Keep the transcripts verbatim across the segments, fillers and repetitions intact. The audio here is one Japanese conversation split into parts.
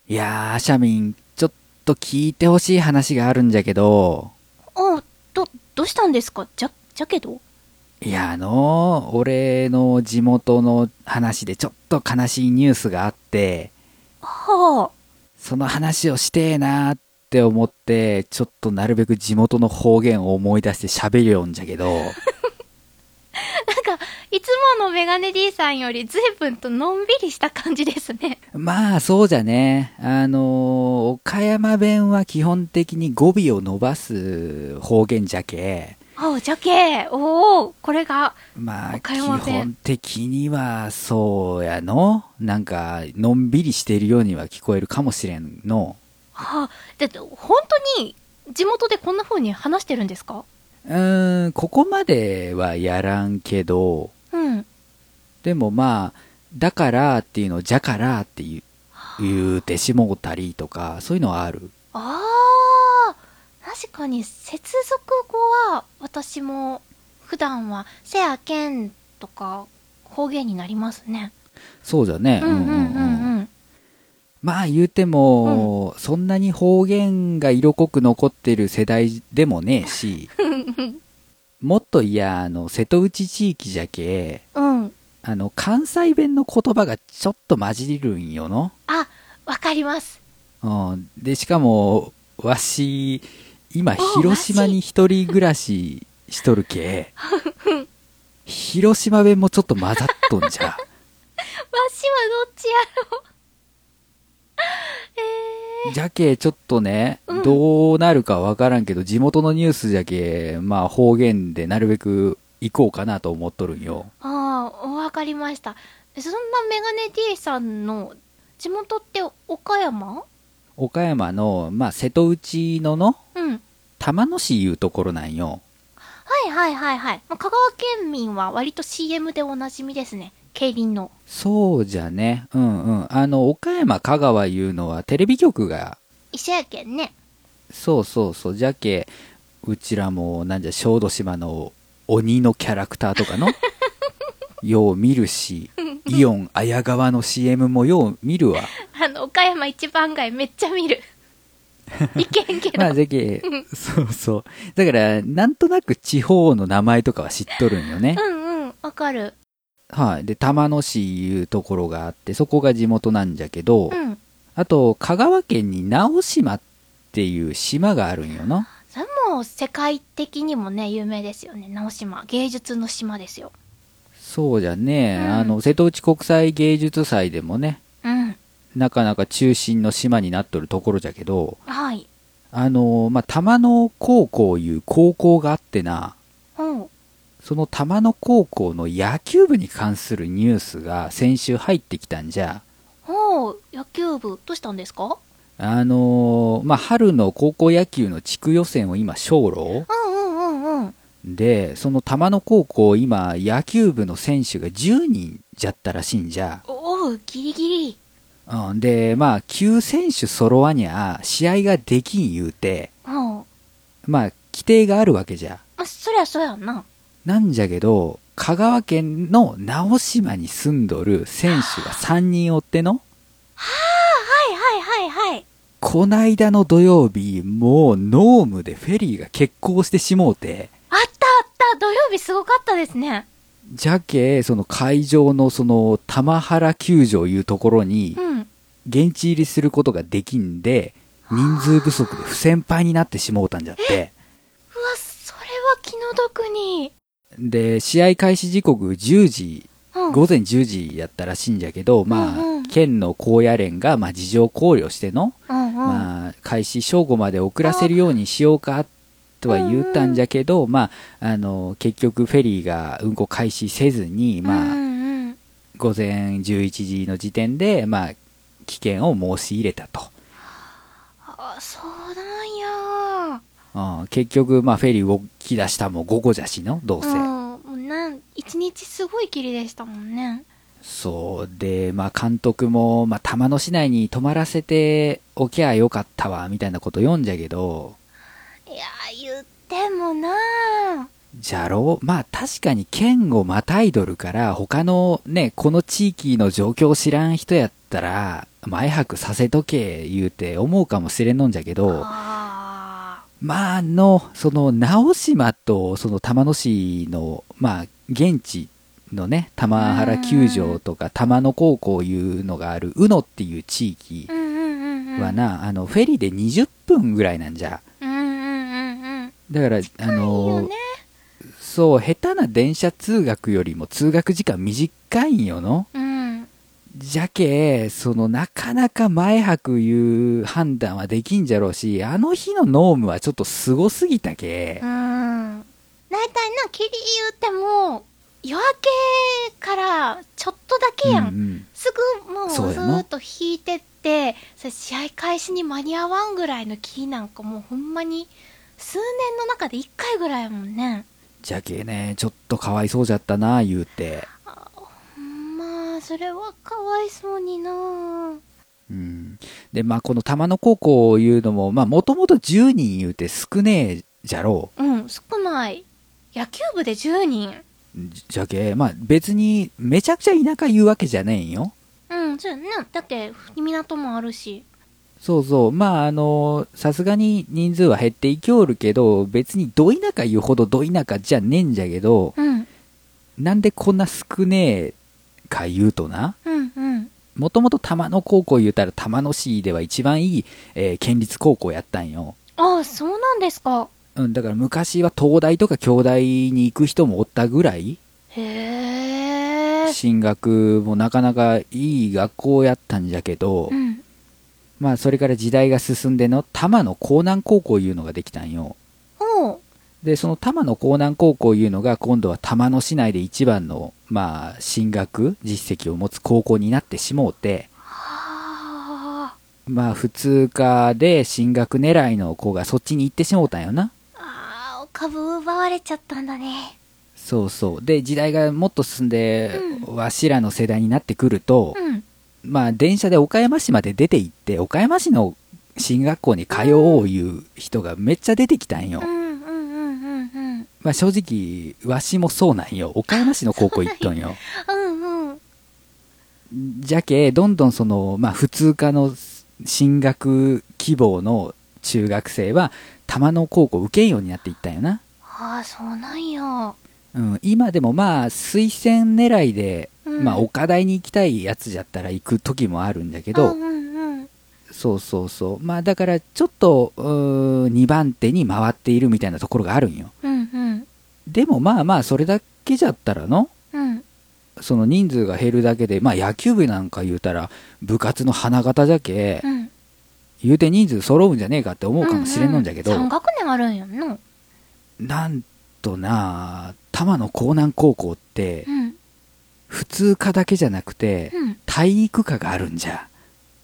いやー、アシャミン、ちょっと聞いてほしい話があるんじゃけど、 あ、ど、どうしたんですか？じゃ、じゃけどいや、あのー、俺の地元の話でちょっと悲しいニュースがあって、 はその話をしてえなーって思って、ちょっとなるべく地元の方言を思い出して喋るよんじゃけど、 あ。なんか、いつものメガネ D さんより随分とのんびりした感じですね。 まあそうじゃね。あのー、岡山弁は基本的に語尾を伸ばす方言じゃけ、 あ、じゃけおお、これが、 まあ、 岡基山弁。 本的には、そうやの。なんか、のんびりしているようには聞こえるかもしれんの。 はあ、だって、本当に、地元でこんな風に話してるんですか？ うーん、ここまではやらんけど、 うん。 でもまあ、だからっていうのを、じゃからって言う、言うてしもうたりとか、そういうのはある。 ああ、確かに接続語は私も普段はせやけんとか方言になりますね。 そうじゃね。 うんうんうんうん。 まあ言うても、そんなに方言が色濃く残ってる世代でもねえし、もっといや、あの、瀬戸内地域じゃけ、 うん。 あの、関西弁の言葉がちょっと混じるんよの。 あ、わかります。 うん。で、しかも、わし、今、 お広島に一人暮らししとるけ、広島弁もちょっと混ざっとんじゃ。 わしはどっちやろう。えじゃけ、ちょっとね、 うんどうなるかわからんけど、地元のニュースじゃけ、まあ方言でなるべく行こうかなと思っとるんよ。 ー、ああ、わかりました。そんなメガネ D さんの地元って岡山？ 岡山の、まあ瀬戸内のの、 うん。 玉野市いうところなんよ。 はいはいはいはい。まあ香川県民は割と シーエム でおなじみですね。競輪の。 そうじゃね。うんうん。あの、岡山、香川いうのはテレビ局が、 一緒やけんね。 そうそうそう、じゃけ、うちらも、なんじゃ、小豆島の鬼のキャラクターとかの、よう見るし、イオン綾川の シーエム もよう見るわ。 あの、岡山一番街めっちゃ見る。いけんけど。 まあ、じゃけ、そうそう。だから、なんとなく地方の名前とかは知っとるんよね。 うんうん、わかる。 はい。で、玉野市いうところがあって、そこが地元なんじゃけど、 うん。 あと、香川県に直島っていう島があるんよな。 それも世界的にもね、有名ですよね。直島。芸術の島ですよ。 そうじゃね、 うんあの、瀬戸内国際芸術祭でもね、 うん。 なかなか中心の島になっとるところじゃけど、 はい。 あの、まあ、玉野高校いう高校があってな、 うん。 その玉野高校の野球部に関するニュースが先週入ってきたんじゃ。 おう、野球部、どうしたんですか？ あのまあ、春の高校野球の地区予選を今、小路うんうんうんうん。 で、その玉野高校、今、野球部の選手がじゅうにんじゃったらしいんじゃ。 おう、ギリギリ。 うん、で、まあ、きゅう選手揃わにゃ、試合ができん言うて、 うん。 まあ、規定があるわけじゃ。 まあ、そりゃそうやんな。 なんじゃけど、香川県の直島に住んどる選手がさんにんおっての、 はいはいはいはい。 こないだの土曜日、もうノームでフェリーが欠航してしもうて、 あったあった、土曜日すごかったですね。 じゃけ、その会場のその玉原球場いうところにう、ん。 現地入りすることができんで、人数不足で不戦敗になってしもうたんじゃって。 うわ、それは気の毒に。 で、試合開始時刻じゅうじ、 うん。 午前じゅうじやったらしいんじゃけど、まあ、 うんうん県の高野連が、まあ、事情考慮しての、 うんうん。 まあ、開始正午まで遅らせるようにしようか、とは言ったんじゃけど、まあ、あの、結局フェリーが運航開始せずに、まあ、 うんうん。 午前じゅういちじの時点で、まあ、危険を申し入れたと。 あ、そうなんや。 うん、結局、まあ、フェリー動き出したも午後じゃしの、どうせ。 うん。もうなん、一日すごい霧でしたもんね。 そう。で、まあ、監督も、まあ、玉野市内に泊まらせておきゃよかったわ、みたいなこと読んじゃけど、 いや、言ってもなあ。 じゃろまあ、確かに県をまたいどるから、他のね、この地域の状況を知らん人やったら、 前泊させとけ言うて思うかもしれんのんじゃけど、 あまああのその直島とその玉野市のまあ現地のね玉原球場とか玉野高校いうのがある宇野っていう地域ーうんうんうんうんはな、あのフェリーでにじゅっぷんぐらいなんじゃ。 うんうんうんうんだからあいいよのね。 そう下手な電車通学よりも通学時間短いんよの。 うんじゃけそのなかなか前泊いう判断はできんじゃろうし、あの日の濃務はちょっとすごすぎたけ、 うん大体な霧言うても夜明けからちょっとだけやん、 うんうん、 すぐもうずそうやなーっと引いてってそれ試合開始に間に合わんぐらいの霧なんかもうほんまに数年の中でいっかいぐらいやもんね。 じゃけねちょっとかわいそうじゃったな言うて、 あほんまそれはかわいそうにな。 うん、でまあこの玉野高校いうのももともとじゅうにん言うて少ねえじゃろうん少ない。野球部でじゅうにん。 う。じゃけまあ別にめちゃくちゃ田舎言うわけじゃねえんよ。 うんそうやね。だって港もあるし。 そうそう、まああのさすがに人数は減っていきおるけど、別にど田舎言うほどど田舎じゃねえんじゃけど、 うんなんでこんな少ねえか言うとな、 うんうんもともと玉野高校言うたら玉野市では一番いい、えー県立高校やったんよ。 ああそうなんですか。 うん、だから昔は東大とか京大に行く人もおったぐらい、 へえ。 進学もなかなかいい学校やったんじゃけど、 うんまあそれから時代が進んでの玉野江南高校いうのができたんよ。 おうでその玉野江南高校いうのが今度は玉野市内で一番のまあ進学実績を持つ高校になってしもうて、 はあまあ普通科で進学狙いの子がそっちに行ってしもうたんよな。 あーお株奪われちゃったんだね。 そうそう。で時代がもっと進んで、 うわしらの世代になってくると、 うんまあ電車で岡山市まで出て行って岡山市の進学校に通おういう人がめっちゃ出てきたんよ。 うんうんうんうんうんまあ正直わしもそうなんよ。岡山市の高校行っとんよ。 うんうんじゃけどんどんそのまあ普通科の進学希望の中学生は玉野高校受けんようになっていったんよな。 ああそうなんや。 うん、今でもまあ推薦狙いで、 うんまあ岡大に行きたいやつじゃったら行く時もあるんだけど、 うんうんうんそうそうそう、まあだからちょっとうーにばん手に回っているみたいなところがあるんよ。 うんうんでもまあまあそれだけじゃったらのうんその人数が減るだけで、まあ野球部なんか言うたら部活の花形じゃけ、 うん言うて人数揃うんじゃねえかって思うかもしれんのんじゃけど、 うんうん、さん学年あるんやんの。 なんとな玉野江南高校ってうん普通科だけじゃなくてうん体育科があるんじゃ。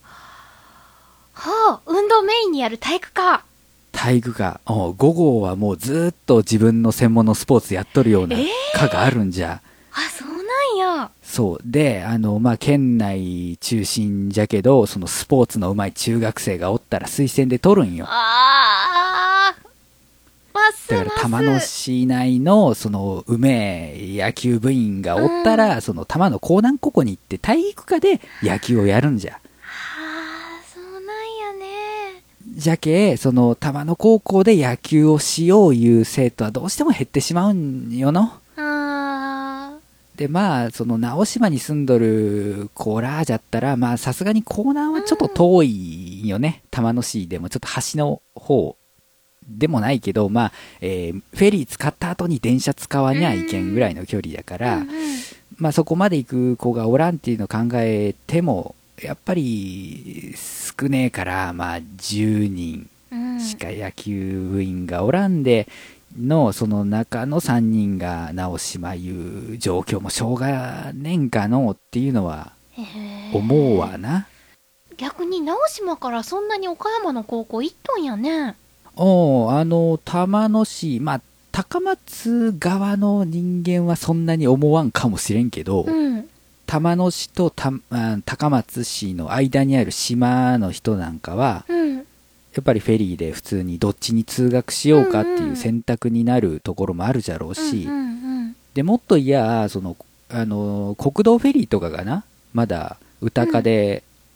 はあ運動メインにやる体育科。 体育科、おう午後はもうずっと自分の専門のスポーツやっとるようなえー科があるんじゃ。 あそうなんや。 そうであのまあ県内中心じゃけどそのスポーツの上手い中学生がおったら推薦で取るんよ。 ああますだから玉野市内のそのうめえ野球部員がおったら、その玉野江南高校に行って体育科で野球をやるんじゃ。 ああそうなんやね。 じゃけその玉野高校で野球をしよういう生徒はどうしても減ってしまうんよの。 あでまあその直島に住んどるコーラーじゃったらまあさすがに江南はちょっと遠いよね、玉野市でもちょっと端の方でもないけど、まあ、えーフェリー使った後に電車使わにゃいけんぐらいの距離だかあら、 うんうんまあそこまで行く子がおらんっていうのを考えてもやっぱり少ねえからまあじゅうにうんんしか野球部員がおらんでのその中のさんにんが直島いう状況もしょうがねんかのっていうのはへえ思うわな。 逆に直島からそんなに岡山の高校行っとんやね。 おうあの玉野市まあ高松側の人間はそんなに思わんかもしれんけど、 うん玉野市とたあ高松市の間にある島の人なんかはうんやっぱりフェリーで普通にどっちに通学しようかっていう選択になるところもあるじゃろうし、 うんうんでもっといやそのあの国道フェリーとかがなまだ歌科で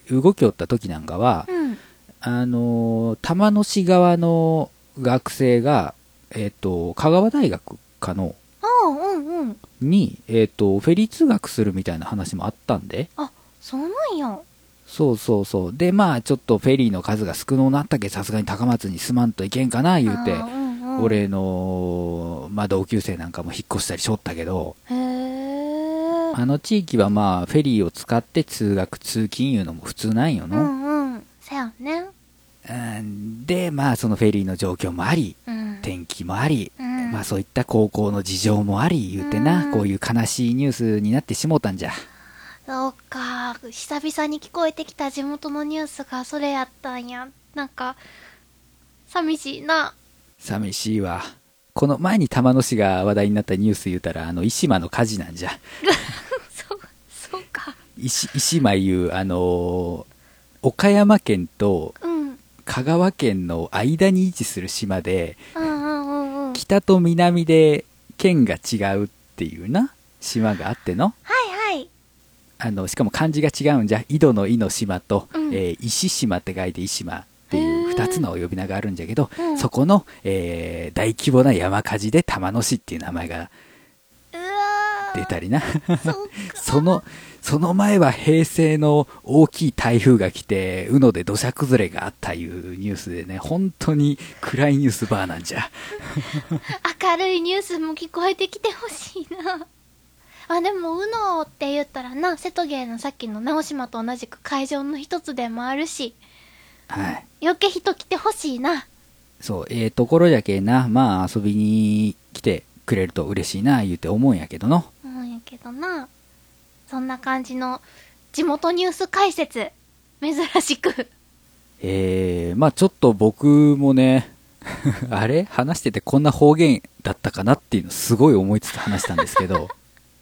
動きおった時なんかは、 うん。 あのー玉野市側の学生が、えっ、と、香川大学かの、 ああ、うんうん。 に、えっ、と、フェリー通学するみたいな話もあったんで、 あ、そうなんや。 そうそうそう。で、まあ、ちょっとフェリーの数が少のうなったけ、さすがに高松に住まんといけんかな、言うて、 あーうんうん、 俺の、まあ、同級生なんかも引っ越したりしょったけど、 へえ。 あの地域はまあ、フェリーを使って通学、通勤いうのも普通なんようの。 んうん。せやね。 うんで、まあ、そのフェリーの状況もあり、 うん。 天気もあり、 うんまあ、そういった高校の事情もあり、言うてな、 うんこういう悲しいニュースになってしもうたんじゃ。 そうか。久々に聞こえてきた地元のニュースがそれやったんや。なんか、寂しいな。 寂しいわ。この前に玉野市が話題になったニュース言うたら、あの、石間の火事なんじゃ。 そう、そうか。 石、石間いう、あのー岡山県とうん。 香川県の間に位置する島で、 うんうんうんうん。 北と南で県が違うっていうな、島があっての。 はいはい。 あの、しかも漢字が違うんじゃ。井戸の井の島と、 うんえー石島って書いて石島っていう二つの呼び名があるんじゃけど、 うんそこの、えー大規模な山火事で玉野市っていう名前がうわー。 出たりな。 そうか。 その、その前は平成の大きい台風が来て、宇野で土砂崩れがあったいうニュースでね、本当に暗いニュースバーなんじゃ。 明るいニュースも聞こえてきてほしいな。あ、でも、うのって言ったらな、瀬戸芸のさっきの直島と同じく会場の一つでもあるし、 はい。 余計人来てほしいな。 そう、ええところじゃけな、まあ遊びに来てくれると嬉しいな、言うて思うんやけどの。 うんやけどな。そんな感じの地元ニュース解説。珍しく。 えー、まあちょっと僕もね、あれ話しててこんな方言だったかなっていうのすごい思いつつ話したんですけど、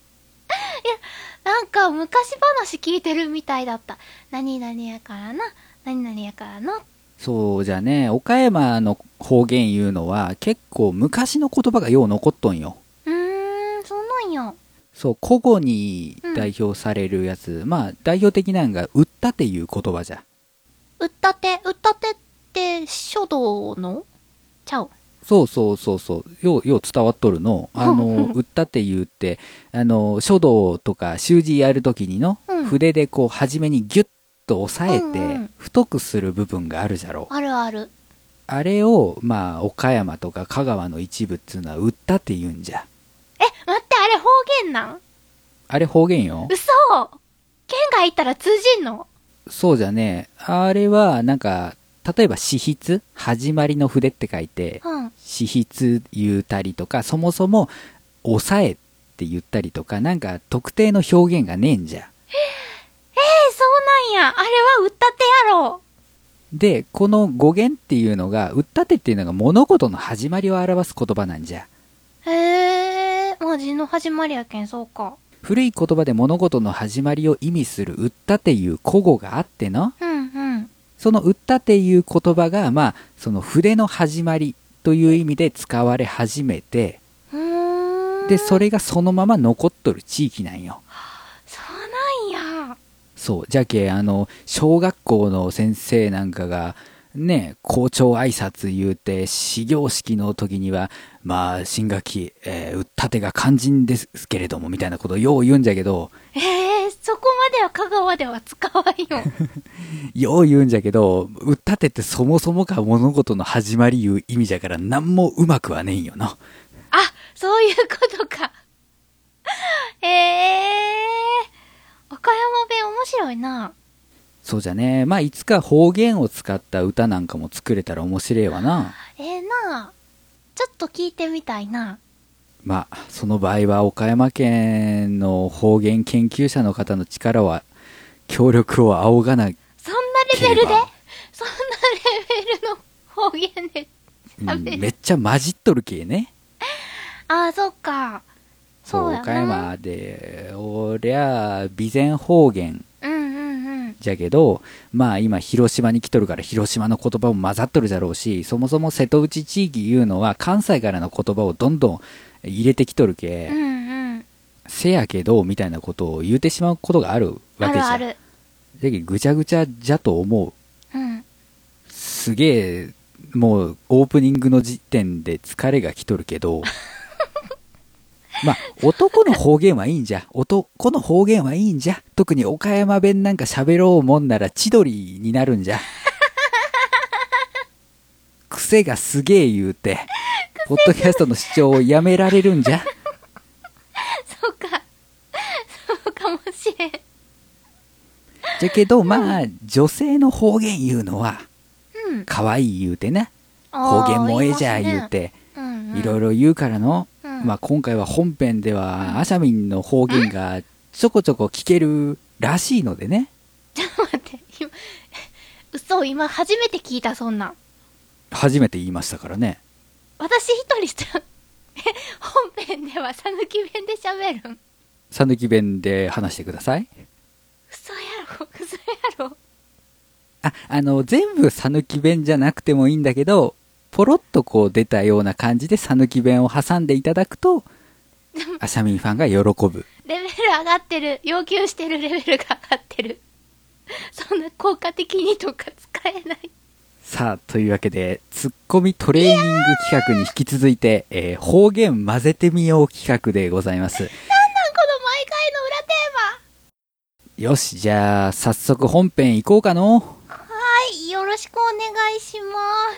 なんか昔話聞いてるみたいだった。何々やからな。何々やからな。 そうじゃね、岡山の方言いうのは結構昔の言葉がよう残っとんよ。 うーん、そうなんや。 そう、古語に代表されるやつ、まあ代表的なのが、うったっていう言葉じゃ。 うったて、うったてって書道のちゃう。 そうそうそうそう、よう、よう伝わっとるの。あの、うったって言って、あの、書道とか習字やるときにの、 うん筆でこう、初めにギュッと押さえてうんうん、 太くする部分があるじゃろ。 あるある。 あれを、まあ、岡山とか香川の一部っつうのは、うったって言うんじゃ。 え、待って、あれ方言なんあれ方言よ。 嘘県外行ったら通じんのそうじゃね。あれは、なんか、例えば、始筆始まりの筆って書いて、 うん。 始筆言うたりとか、そもそも、押さえって言ったりとか、なんか、特定の表現がねえんじゃ。 えー、そうなんや。あれはうったてやろ。 で、この語源っていうのが、うったてっていうのが物事の始まりを表す言葉なんじゃ。 へえ、まあ字の始まりやけん、そうか。 古い言葉で物事の始まりを意味するうったていう古語があっての、 うんうん。 そのうったていう言葉が、まあ、その筆の始まりという意味で使われ始めて、 うーん。 で、それがそのまま残っとる地域なんよ。 そうなんや。 そう。じゃけ、あの、小学校の先生なんかが、ね、校長挨拶言うて、始業式の時には、まあ、新学期、えー、うったてが肝心ですけれども、みたいなことをよう言うんじゃけど、 ええー、そこまでは香川では使わんよ。 よう言うんじゃけど、うったてってそもそもが物事の始まりいう意味じゃから、なんもうまくはねえんよな。 あ、そういうことか。へえー。岡山弁面白いな。 そうじゃね。まあ、いつか方言を使った歌なんかも作れたら面白いわな。 ええな。ちょっと聞いてみたいな。 まあ、その場合は岡山県の方言研究者の方の力は、協力を仰がな。 そんなレベルでければそんなレベルの方言でうん喋る。 めっちゃ混じっとるけね。 ああ、そっか。 そう、 そうやな。 岡山で、おりゃ、備前方言うんうんうん。 じゃけど、まあ今広島に来とるから広島の言葉も混ざっとるじゃろうし、そもそも瀬戸内地域いうのは関西からの言葉をどんどん入れてきとるけ、 うんうん。 せやけど、みたいなことを言うてしまうことがあるわけじゃん。 あるある。 だけどぐちゃぐちゃじゃと思う。 うん。 すげえ、もうオープニングの時点で疲れが来とるけど、まあ、男の方言はいいんじゃ。男の方言はいいんじゃ。特に岡山弁なんか喋ろうもんなら千鳥になるんじゃ。癖がすげえ言うて、ポッドキャストの視聴をやめられるんじゃ。 そうか。そうかもしれん。 じゃけど、まあ、女性の方言言うのは、 うん。 可愛い言うてね。方言もええじゃ言うて、 うんうん、 いろいろ言うからの。 うん、 まあ今回は本編では、アシャミンの方言がちょこちょこ聞けるらしいのでね。 ちょっと待って、今、嘘、今初めて聞いた、そんなん。 初めて言いましたからね。 私一人した、え、本編ではさぬき弁で喋るん？ さぬき弁で話してください。 嘘やろ、嘘やろ。 あ、あの、全部さぬき弁じゃなくてもいいんだけど、ポロッとこう出たような感じでさぬき弁を挟んでいただくと、アシャミンファンが喜ぶ。 レベル上がってる。要求してるレベルが上がってる。そんな効果的にとか使えない。 さあ、というわけで、ツッコミトレーニング企画に引き続いて、えー、方言混ぜてみよう企画でございます。なんなんこの毎回の裏テーマ。よし、じゃあ、早速本編行こうかの。 はい、よろしくお願いします。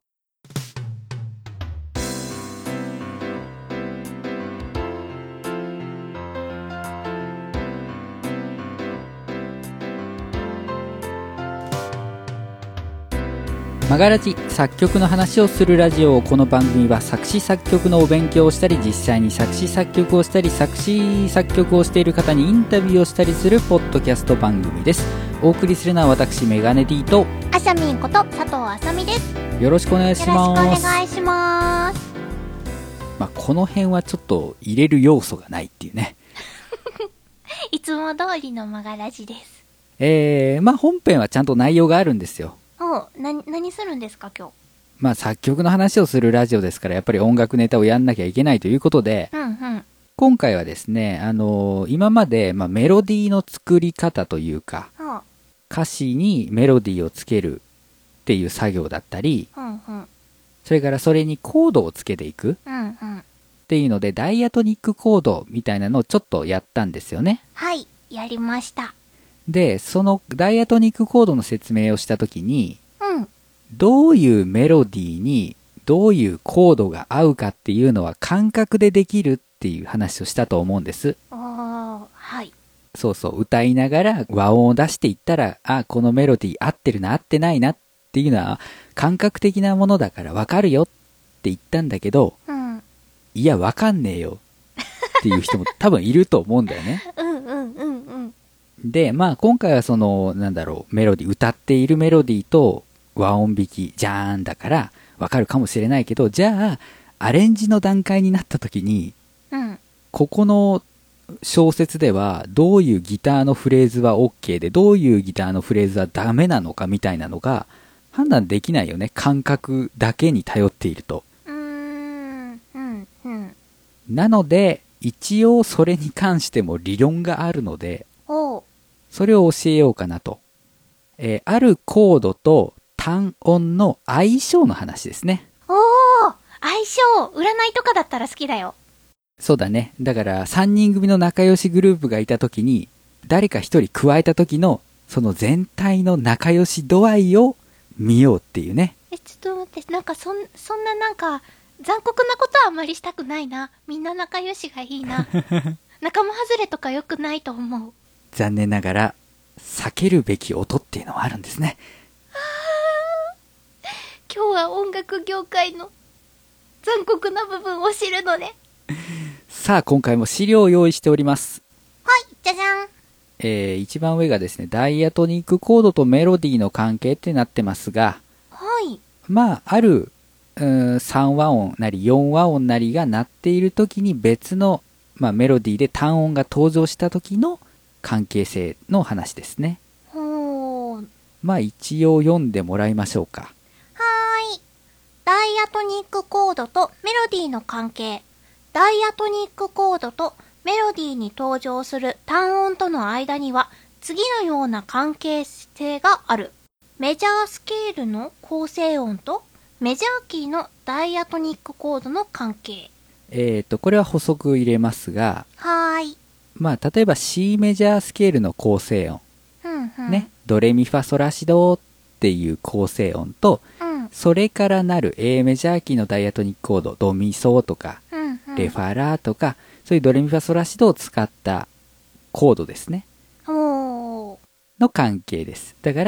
マガラジ、作曲の話をするラジオ。この番組は作詞作曲のお勉強をしたり、実際に作詞作曲をしたり、作詞作曲をしている方にインタビューをしたりするポッドキャスト番組です。お送りするのは私メガネ D とアシャミンこと佐藤あさみです。 よろしくお願いします。 よろしくお願いします。 まあ、この辺はちょっと入れる要素がないっていうね。 いつも通りのマガラジです。 えー、まあ本編はちゃんと内容があるんですよ。 おう、な、何するんですか今日。 まあ作曲の話をするラジオですから、やっぱり音楽ネタをやんなきゃいけないということで、 うんうん、 今回はですね、あのー、今まで、まあ、メロディーの作り方というか、 うん、 歌詞にメロディーをつけるっていう作業だったり、 うんうん、 それからそれにコードをつけていくっていうので、ダイアトニックコードみたいなのをちょっとやったんですよね。 はい、やりました。 で、そのダイアトニックコードの説明をしたときに、 うん、 どういうメロディーにどういうコードが合うかっていうのは感覚でできるっていう話をしたと思うんです。 おー、はい。 そうそう、歌いながら和音を出していったら、あ、このメロディー合ってるな合ってないなっていうのは感覚的なものだからわかるよって言ったんだけど、 うん、 いやわかんねえよっていう人も多分いると思うんだよね。 うんうんうんうん。 で、まあ今回はその、なんだろう、メロディー、歌っているメロディーと和音弾き、じゃーんだからわかるかもしれないけど、じゃあ、アレンジの段階になった時に、 うん、 ここの小説ではどういうギターのフレーズは OK で、どういうギターのフレーズはダメなのかみたいなのが判断できないよね。感覚だけに頼っていると。 うーん、うん、うん。 なので、一応それに関しても理論があるので、 おう。 それを教えようかなと。えー、あるコードと単音の相性の話ですね。 おー、相性、占いとかだったら好きだよ。 そうだね。だからさんにん組の仲良しグループがいた時に、誰かひとり加えた時のその全体の仲良し度合いを見ようっていうね。 え、ちょっと待って、なんかそん、そんななんか残酷なことはあんまりしたくないな。みんな仲良しがいいな。仲間外れとか良くないと思う。 残念ながら避けるべき音っていうのはあるんですね。 今日は音楽業界の残酷な部分を知るのね。 さあ今回も資料を用意しております。 はい、じゃじゃん。 えー、一番上がですね、ダイアトニックコードとメロディーの関係ってなってますが、 はい。 まああるうーんさん和音なりよん和音なりが鳴っている時に別の、まあ、メロディーで単音が登場した時の関係性の話ですね。 ほー。 まあ一応読んでもらいましょうか。 はーい。ダイアトニックコードとメロディーの関係。ダイアトニックコードとメロディーに登場する単音との間には次のような関係性がある。メジャースケールの構成音とメジャーキーのダイアトニックコードの関係。 えっと、これは補足入れますが、 はーい。 まあ、例えば C メジャースケールの構成音、 うんうん。 ね、ドレミファソラシドっていう構成音と、 うん。 それからなる A メジャーキーのダイアトニックコード、ドミソとか、 うんうん。 レファラとか、そういうドレミファソラシドを使ったコードですね。 おー。 の関係です。だから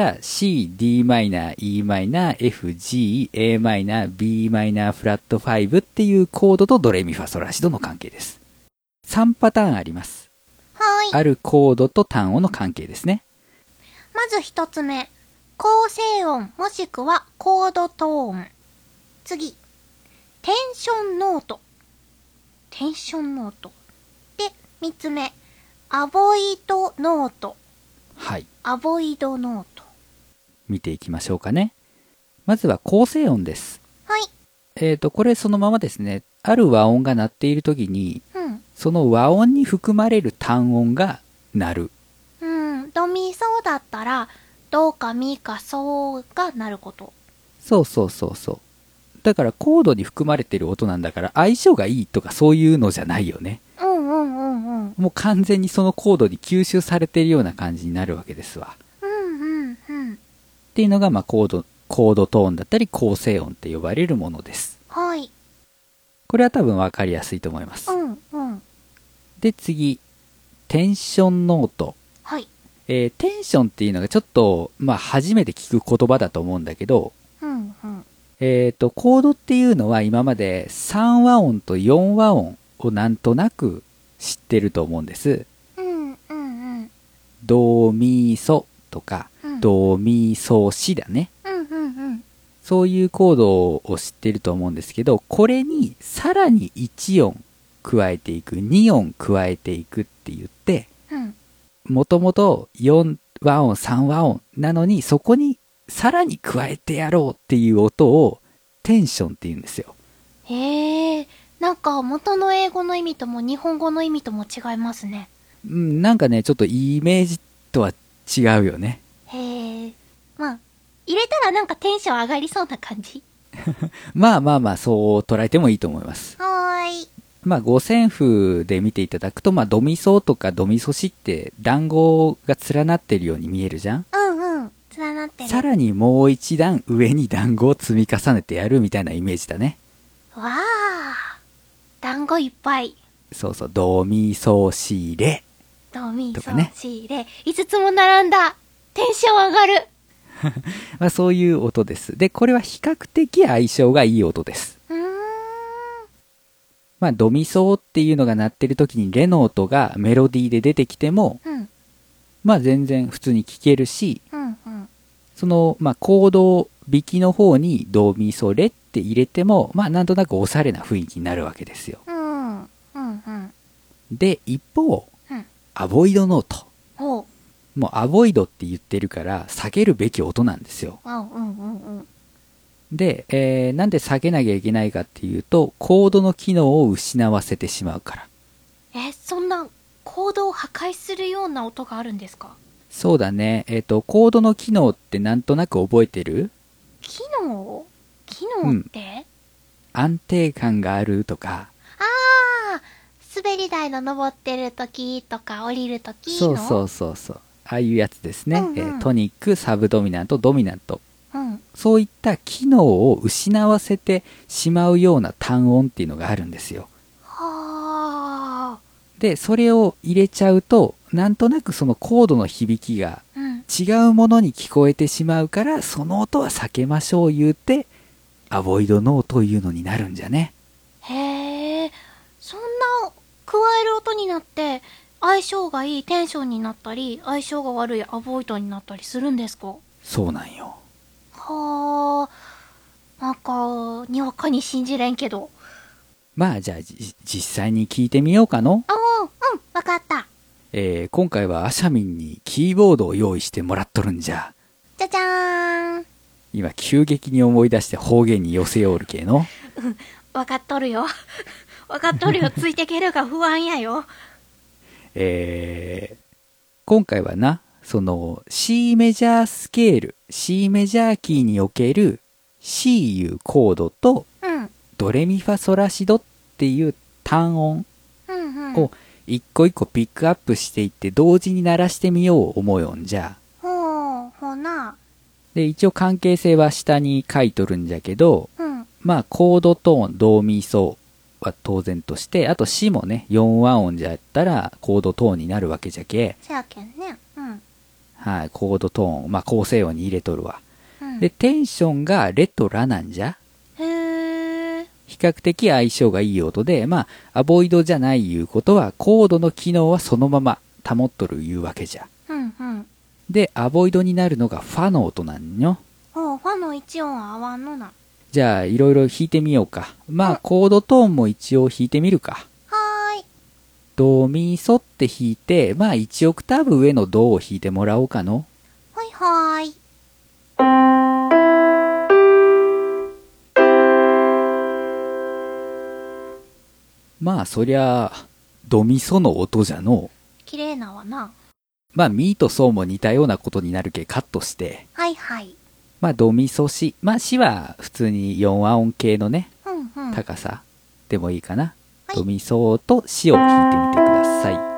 C、D マイナー、E マイナー、F、G、A マイナー、B マイナー、フラットファイブっていうコードとドレミファソラシドの関係です。さんパターンあります。 はーい。 あるコードと単音の関係ですね。 まず一つ目。構成音もしくはコードトーン。次。テンションノート。テンションノート。で、三つ目。アボイドノート。 はい。 アボイドノート。 見ていきましょうかね。まずは構成音です。 はい。 えっと、これそのままですね。ある和音が鳴っているときに、 うん。 その和音に含まれる単音が鳴る。 うん。ドミソだったら、ドかミかソがなること。 そうそうそうそう。だからコードに含まれている音なんだから相性がいいとかそういうのじゃないよね。 うんうんうんうん。 もう完全にそのコードに吸収されているような感じになるわけですわ。 うんうんうん。 っていうのが、まあ、コード、コードトーンだったり構成音って呼ばれるものです。 はい。 これは多分わかりやすいと思います。 うんうん。 で、次。テンションノート。 はい。 えーテンションっていうのがちょっと、まあ、初めて聞く言葉だと思うんだけど、 うんうん。 えっと、コードっていうのは今までさん和音とよん和音をなんとなく知ってると思うんです。 うんうんうん。 ドミソとか、 うんドミソシだね。 うんうんうん。 そういうコードを知ってると思うんですけど、これにさらにいち音加えていく、に音加えていくって言って、 うん。 もともとよん和音、さん和音なのに、そこにさらに加えてやろうっていう音をテンションって言うんですよ。 へえ、なんか元の英語の意味とも日本語の意味とも違いますね。 うん、なんかね、ちょっとイメージとは違うよね。 へえ。まあ、入れたらなんかテンション上がりそうな感じ。 まあまあまあ、そう捉えてもいいと思います。 はーい。 まあ、五線譜で見ていただくと、まあ、ドミソとかドミソシって団子が連なってるように見えるじゃん。 うんうん。連なってる。 さらにもう一段上に団子を積み重ねてやるみたいなイメージだね。 わあ。団子いっぱい。 そうそう、ドミソシレ。 ドミソとかねシレ。いつつも並んだ。テンション上がる。 まあ、そういう音です。で、これは比較的相性がいい音です。 うーん。 まあ、ドミソっていうのが鳴ってる時にレの音がメロディーで出てきても、 うん。 まあ全然普通に聴けるし、 うんうん。 その、まあ、コード弾きの方にドミソレって入れても、まあなんとなくおしゃれな雰囲気になるわけですよ。 うん。うんうん。 で、一方、 うん。 アボイドノート。 ほう。 もうアボイドって言ってるから下げるべき音なんですよ。 あ、うんうんうん。 で、えーなんで下げなきゃいけないかっていうと、コードの機能を失わせてしまうから。 え、そんなコードを破壊するような音があるんですか？ そうだね。えっ、と、コードの機能ってなんとなく覚えてる？ 機能機能って、 安定感があるとか。 あー、滑り台の登ってる時とか降りる時の。 そうそうそうそう。ああいうやつですね。 うんうんえートニック、サブドミナント、ドミナント。 うん。 そういった機能を失わせてしまうような単音っていうのがあるんですよ。 はで、それを入れちゃうと、なんとなくそのコードの響きがー。うん。 違うものに聞こえてしまうから、その音は避けましょう言うて、アボイドノーというのになるんじゃね。 へー。そんな加える音になって相性がいいテンションになったり相性が悪いアボイドになったりするんですか？ そうなんよ。 はー。なんかにわかに信じれんけど。 まあじゃあじ実際に聞いてみようかの。 あー、うん、わかった。 えー今回はアシャミンにキーボードを用意してもらっとるんじゃ。 じゃじゃーん。 今急激に思い出して方言に寄せよるけの。 わかっとるよ。わかっとるよ。ついてけるか不安やよ。 えー今回はな、 その C メジャースケール C メジャーキーにおける C いうコードとうんドレミファソラシドっていう単音うんうんを一個一個ピックアップしていって同時に鳴らしてみよう思うよんじゃ。 ほうほな。 で一応関係性は下に書いとるんじゃけど、 うんまあコードトーンドミソは当然として、あと C もねよん和音じゃったらコードトーンになるわけじゃけ、 せやけんね。うんはい、コードトーンまあ構成音に入れとるわ。 うんでテンションがレとラなんじゃ。 へえ。 比較的相性がいい音で、まあアボイドじゃないいうことはコードの機能はそのまま保っとるいうわけじゃ。 うんうん。 でアボイドになるのがファの音なんよ。 ほう、ファの一音合わんのな。 じゃあいろいろ弾いてみようか。まうんあコードトーンも一応弾いてみるか。 はーい。 ドミソって弾いて、まあいちオクターブ上のドを弾いてもらおうかの。 はいはーい。 まあそりゃドミソの音じゃの。 綺麗なわな。 まあミとソも似たようなことになるけカットして、 はいはい。 まあドミソシ、まあシは普通によん和音系のねうんうん。 高さでもいいかな。 はいドミソとシを弾いてみてください。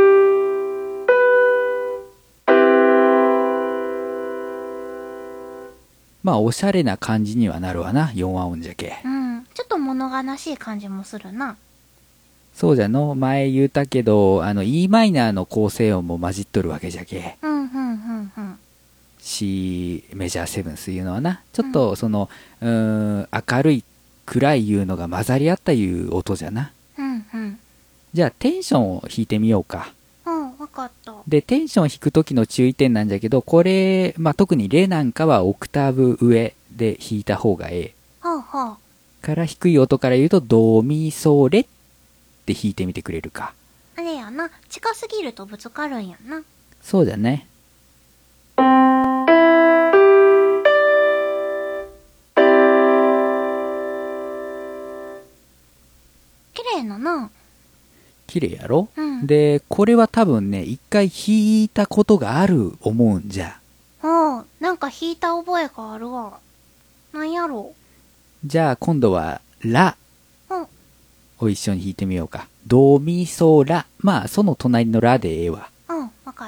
まあおしゃれな感じにはなるわな、よん和音じゃけ。 うん。ちょっと物悲しい感じもするな。 そうじゃの、前言うたけど、あの E マイナーの構成音も混じっとるわけじゃけ。 うんうんうんうん。 C メジャーセブンスいうのはな、ちょっとその、うーん、明るい、暗いいうのが混ざり合ったいう音じゃな。 うんうん。 じゃあテンションを弾いてみようか。 うん、わかった。 で、テンションを弾く時の注意点なんじゃけど、これ、まあ、特にレなんかはオクターブ上で弾いた方がええ。 はあはから低い音から言うと、ドミソレって弾いてみてくれるか。 あ。あれやな。近すぎるとぶつかるんやな。 そうだね。 綺麗なな。 綺麗やろ、 うん。 で、これは多分ね、一回弾いたことがある思うんじゃ。 ほう、なんか弾いた覚えがあるわ。なんやろじゃあ今度は、ラう。うん。 を一緒に弾いてみようか。ドミソラ。まあ、その隣のラでええわ。 うん、わかった。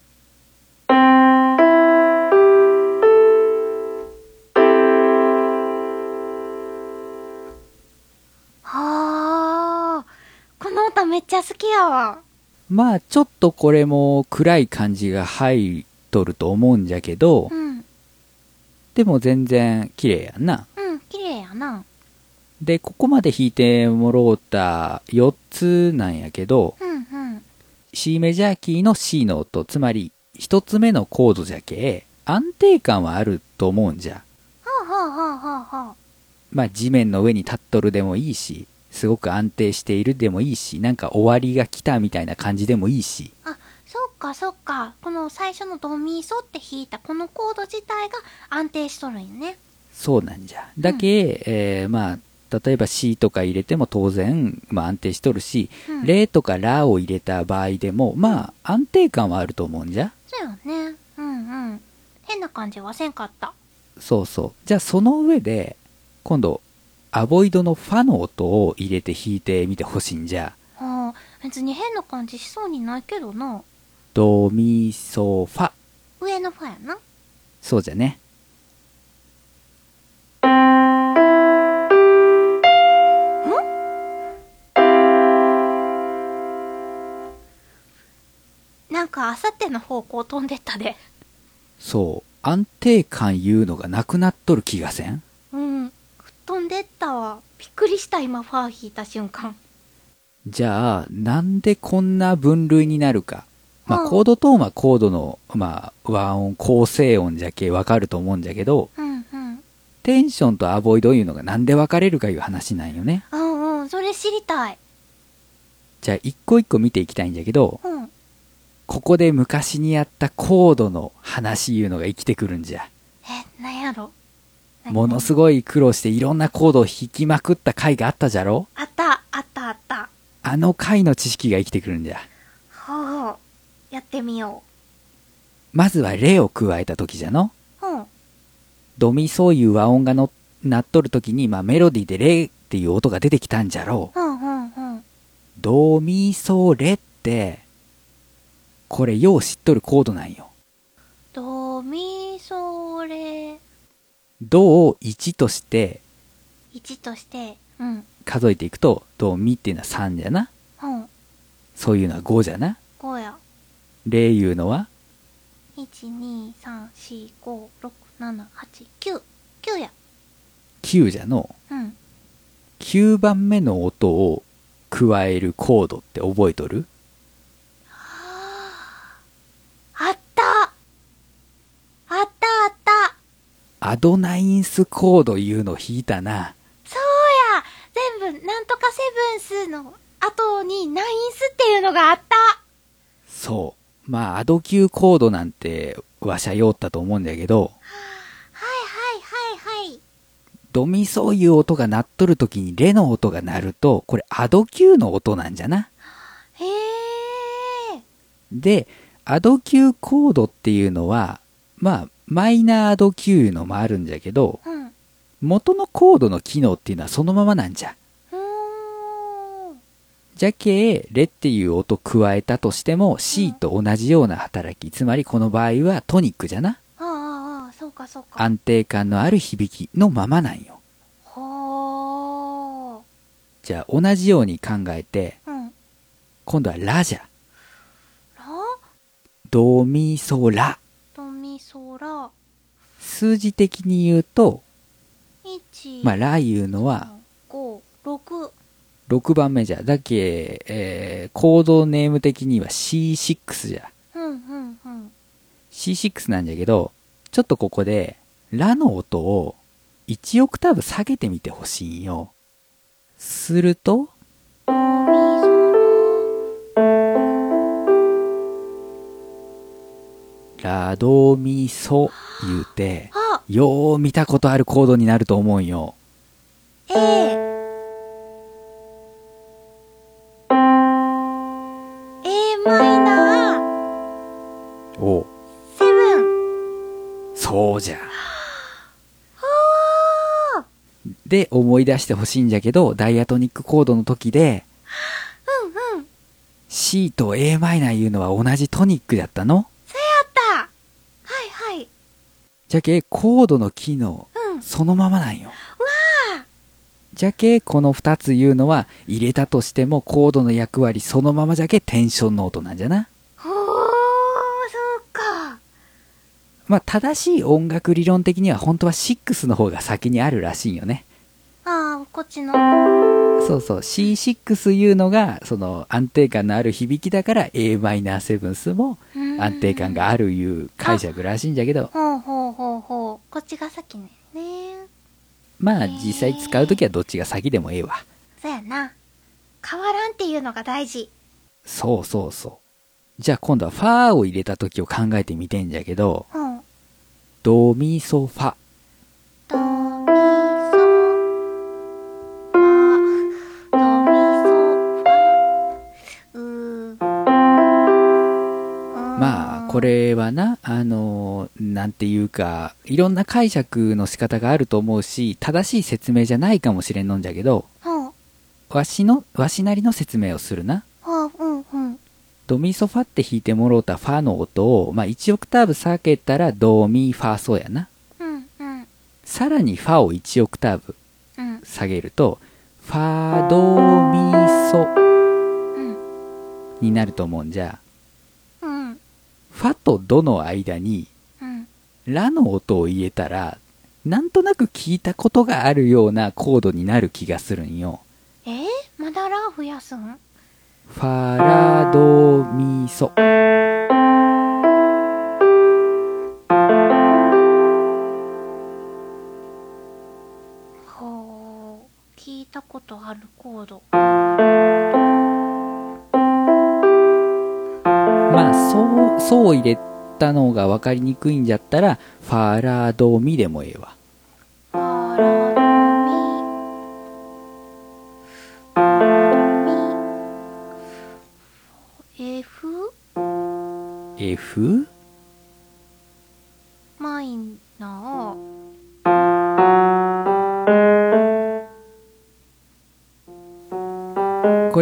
はあ、この歌めっちゃ好きやわ。 まあ、ちょっとこれも暗い感じが入っとると思うんじゃけど、 うん、 でも全然綺麗やんな。 うん、綺麗やな。 で、ここまで弾いてもろうたよっつなんやけど、 うん、うん。 C メジャーキーの C の音、つまりひとつめのコードじゃけ、安定感はあると思うんじゃ。 はあ、はあ、はあ、はあ、はあ。 まあ地面の上に立っとるでもいいし、すごく安定しているでもいいし、なんか終わりが来たみたいな感じでもいいし。 あ、そっかそっか。この最初のドミソって弾いたこのコード自体が安定しとるんよね。 そうなんじゃ。だけ、えーまあ、例えば C とか入れても当然、まあ安定しとるし、 うんレとかラを入れた場合でも、まあ安定感はあると思うんじゃ。 そうよね。うんうん。変な感じはせんかった。 そうそう。じゃあその上で、今度、アボイドのファの音を入れて弾いてみてほしいんじゃ。 はあ、別に変な感じしそうにないけどな。 ドミソファ。 上のファやな。 そうじゃね。 なんかあさっての方向飛んでったで。 そう。安定感いうのがなくなっとる気がせん？ うん。飛んでったわ。びっくりした今ファー弾いた瞬間。 じゃあ、なんでこんな分類になるか。まあ、 うんコードトーンはコードの、まあ、和音、構成音じゃけわかると思うんじゃけど、 うんうん。 テンションとアボイドいうのがなんで分かれるかいう話なんよね。 うんうん。それ知りたい。 じゃあ、一個一個見ていきたいんじゃけど、 うん。 ここで昔にやったコードの話いうのが生きてくるんじゃ。 え、なんやろ。 ものすごい苦労していろんなコードを弾きまくった回があったじゃろ？ あった、あった、あった。 あの回の知識が生きてくるんじゃ。 ほうほう。やってみよまずはレを加えた時じゃの。 うん。 ドミソいう和音がの鳴っとる時に、まあメロディーでレっていう音が出てきたんじゃろう。 うんうんうん。 ドミソレって、これよう知っとるコードなんよ。 ドミソレ。 ドをいちとしていちとして、うん。 数えていくと、ドミっていうのはさんじゃな。 うん。 そういうのはごじゃな。 ごや。 レいうのはいち、に、さん、し、ご、ろく、なな、はち、きゅう。きゅうや。 きゅうじゃの。 うん。 きゅうばんめの音を加えるコードって覚えとる？ あったあったあったアドナインスコードいうの弾いたな。 そうや全部、なんとかセブンスの後にナインスっていうのがあった。 そう。まあ、アド級コードなんてわしゃ用ったと思うんだけど、 はいはいはいはい。 ドミソいう音が鳴っとる時にレの音が鳴ると、これアド級の音なんじゃな。 へえ。 で、アド級コードっていうのは、まあ、マイナーアド級のもあるんじゃけど、 うん。う元のコードの機能っていうのはそのままなんじゃ。 ーん。 じゃけ、レっていう音加えたとしても C と同じような働き、つまりこの場合はトニックじゃな。 ああああ、そうかそうか。 安定感のある響きのままなんよ。 ほー。 じゃあ同じように考えて、 うん。 今度はラじゃ。 ラドミソラ。 ドミソラ。 数字的に言うと、 いち、 まあラいうのはご、ろく。 ろくばんめじゃ。だけ、えー、コードネーム的には シーシックス じゃ。 うんうんうん。 シーシックス なんじゃけど、ちょっとここで、ラの音をいちオクターブ下げてみてほしいんよ。すると、 ドミソラ。 ラドミソ言うて、 あ、 よう見たことあるコードになると思うんよ。 A。A マイナー。 おセブン。 そうじゃ。 はで思い出してほしいんじゃけど、ダイアトニックコードの時でー。うんうん。 C と a マイナーいうのは同じトニックだったの。 せやった。はいはい。 じゃけコードの機能、 うん。 そのままなんよ。 わあ。 じゃけこのふたついうのは入れたとしてもコードの役割そのままじゃけテンションの音なんじゃな。 ほー、そうか。 まあ正しい音楽理論的には本当はろくの方が先にあるらしいんよね。 ああ、こっちの。 そうそう シーシックス いうのがその安定感のある響きだから a マイナーセブンスも安定感があるいう解釈らしいんじゃけど、 ほうほうほうほう。こっちが先ね。ね。 まあ実際使うときはどっちが先でもええわ。 そうやな。変わらんっていうのが大事。 そうそうそう。じゃあ今度はファーを入れたときを考えてみてんじゃけど、 うん。 ドミソファ。 ドミソ。ファ。ドミソ。ファ。うー。 まあこれはな、あのなんていうかいろんな解釈の仕方があると思うし、正しい説明じゃないかもしれんのんじゃけど、 うん。 わしのわしなりの説明をするな。 うんうんうん。 ドミソファって弾いてもろうたファの音を、まあ、いちオクターブ下げたらドミファソやな。 うんうんさらにファをいちオクターブうん下げるとファドミソうんになると思うんじゃ。 うんファとドの間にうんラの音を入れたらなんとなく聞いたことがあるようなコードになる気がするんよ。 えー、まだラ増やすん？ ファラドミソ。 ほう、聞いたことあるコード。 まあそうそう入れたのが分かりにくいんじゃったらファラドミでもええわ。 ファラドミ。F？ F？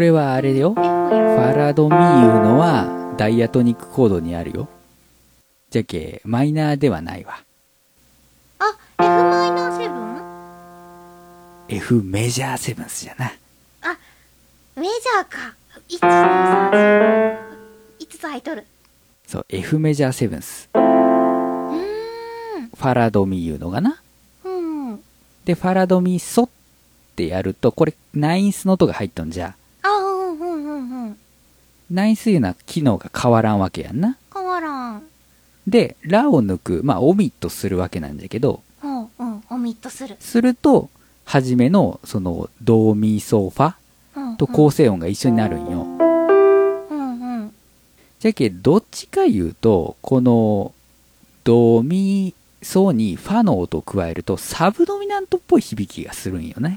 れはあれよ。 F フや。 ァラドミいうのはダイアトニックコードにあるよ。じゃけマイナーではないわ。 あ、F マイナーセブン？ F メジャーセブンスじゃな。 あ、メジャーか。いち、に、さん、よん、いつつ入っとる。 そう、F メジャーセブンス。 うーん。 ファラドミいうのがな。 うん。 で、ファラドミソってやると、これナインスの音が入っとんじゃ。 あ、うんうんうんうん。 ナインスいうのは機能が変わらんわけやんな。 変わらん。 で、ラを抜く、まあオミットするわけなんだけど、 うんうん。オミットする。 すると、初めのそのドミソファうんうん。 と構成音が一緒になるんよ。 うんうん。 じゃけどっちか言うと、このドミソにファの音を加えるとサブドミナントっぽい響きがするんよね。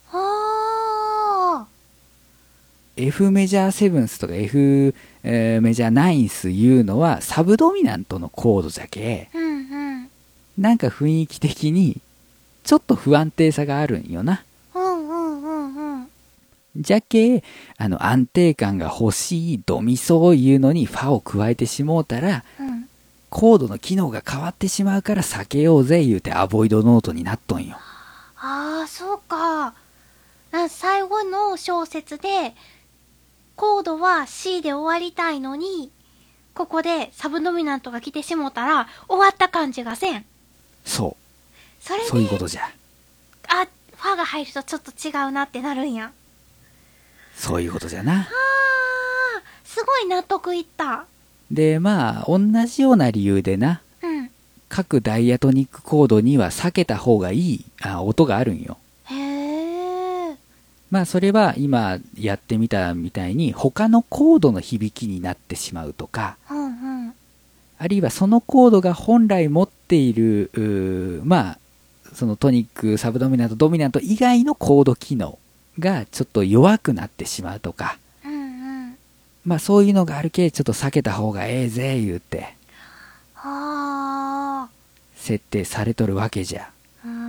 あ F メジャーセブンスとか F、えーメジャーナインスいうのはサブドミナントのコードじゃけ、 ー。うんうん。 なんか雰囲気的にちょっと不安定さがあるんよな。 うんうんうんうん。 じゃけ、あの安定感が欲しいドミソいうのにファを加えてしもうたら、 うん。 コードの機能が変わってしまうから避けようぜ言うてアボイドノートになっとんよ。 ああ、そうか。な最後の小説で、コードは C で終わりたいのに、ここでサブドミナントが来てしもたら、終わった感じがせん。 そそれで、 う。そういうことじゃ。 あ、ファが入るとちょっと違うなってなるんや。 そういうことじゃな。 あー、すごい納得いった。 で、まあ、同じような理由でな、 うん。 各ダイアトニックコードには避けた方がいいあ音があるんよ。 へー。 まあ、それは今やってみたみたいに他のコードの響きになってしまうとか、 うんうん。 あるいはそのコードが本来持っている、うーまあ、そのトニック、サブドミナント、ドミナント以外のコード機能がちょっと弱くなってしまうとか、 うんうん。 まあそういうのがあるけちょっと避けた方がええぜ言うてあ設定されとるわけじゃ。 ー。うん。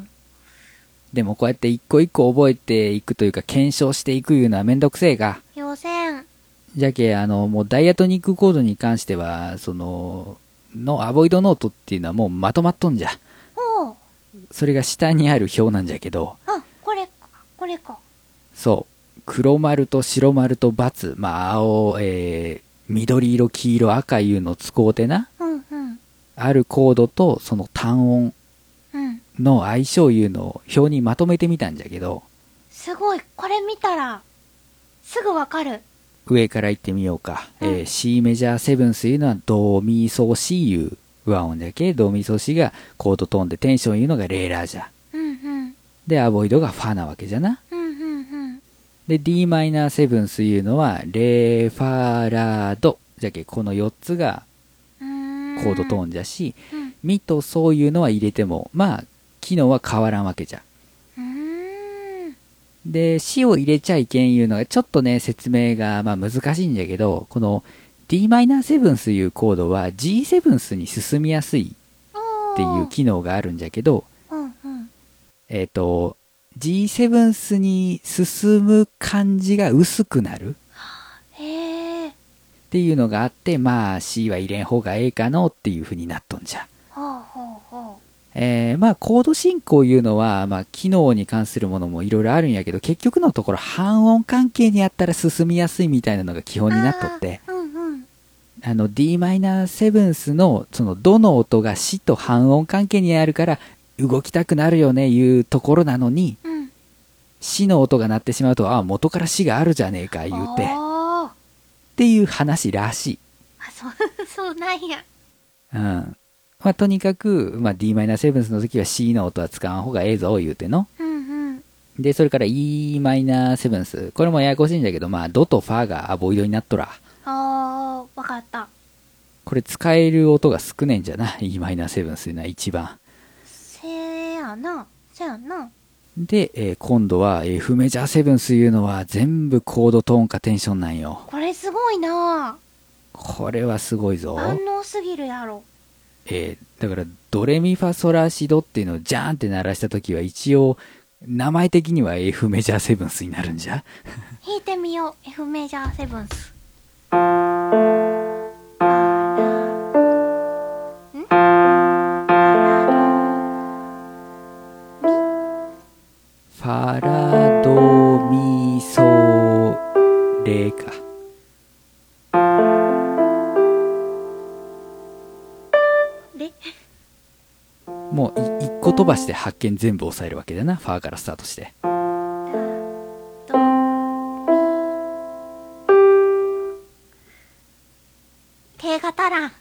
でもこうやって一個一個覚えていくというか検証していくいうのはめんどくせえが、 要線。 じゃけあのもうダイアトニックコードに関してはそののアボイドノートっていうのはもうまとまっとんじゃ。 おー。 それが下にある表なんじゃけど、 あ、これか。これか。 そう黒丸と白丸と×、まあ青、えー、緑色黄色赤いうのを使うてな、 うんうん。 あるコードとその単音うん。 の相性いうのを表にまとめてみたんじゃけど、 すごい。これ見たら、すぐわかる。 上から言ってみようか、 うんえー C メジャーセブンスいうのはドミソシいう和音じゃけ、ドミソシがコードトーンでテンションいうのがレーラーじゃ。 うんうん。 でアボイドがファなわけじゃな。 うんうんうん。 で D マイナーセブンスいうのはレファラドじゃけ、このよっつがうーん。 コードトーンじゃし、 うん。 ミとソいうのは入れてもまあ機能は変わらんわけじゃ。 うーん。 で、C を入れちゃいけんいうのがちょっとね、説明がまあ難しいんだけど、この ディーマイナーセブンスいうコードは ジーセブンスに進みやすいおー。 っていう機能があるんじゃけど、 うんうん。 えっと、ジーセブンスに進む感じが薄くなるへー。 っていうのがあって、まあ C は入れん方がええかのっていう風になっとんじゃ。 ほうほうほえー、まあコード進行いうのは、まあ機能に関するものもいろいろあるんやけど、結局のところ半音関係にあったら進みやすいみたいなのが基う。 本になっとって、 あーうんうん。 あの ディーマイナーセブンスのそのどの音がシと半音関係にあるから動きたくなるよねいうところなのに、 うん。 シの音が鳴ってしまうと、ああ元からシがあるじゃねえか言うてっおー。 ていう話らしい。 あ、そう、そうなんや。 うん。まあとにかく、まあ、ディーマイナーセブンスの時は C の音は使わん方がええぞ言うての。 うんうん。 で、それから イーマイナーセブンス。これもややこしいんだけど、まあドとファがアボイドになっとら。 あー、わかった。 これ使える音が少ねえんじゃな。イーマイナーセブンスというのは一番。 せやな。せやな。 で、えー今度は F メジャーセブンスいうのは全部コードトーンかテンションなんよ。 これすごいな。 これはすごいぞ。 万能すぎるやろ。 えーだからドレミファソラシドっていうのをジャーンって鳴らした時は一応名前的には F メジャーセブンスになるんじゃ。 弾いてみよう。 F メジャーセブンス。 ファラドミソレか。 レもうい一個飛ばして発見全部押さえるわけだな。ファーからスタートして。 ド手が足らん。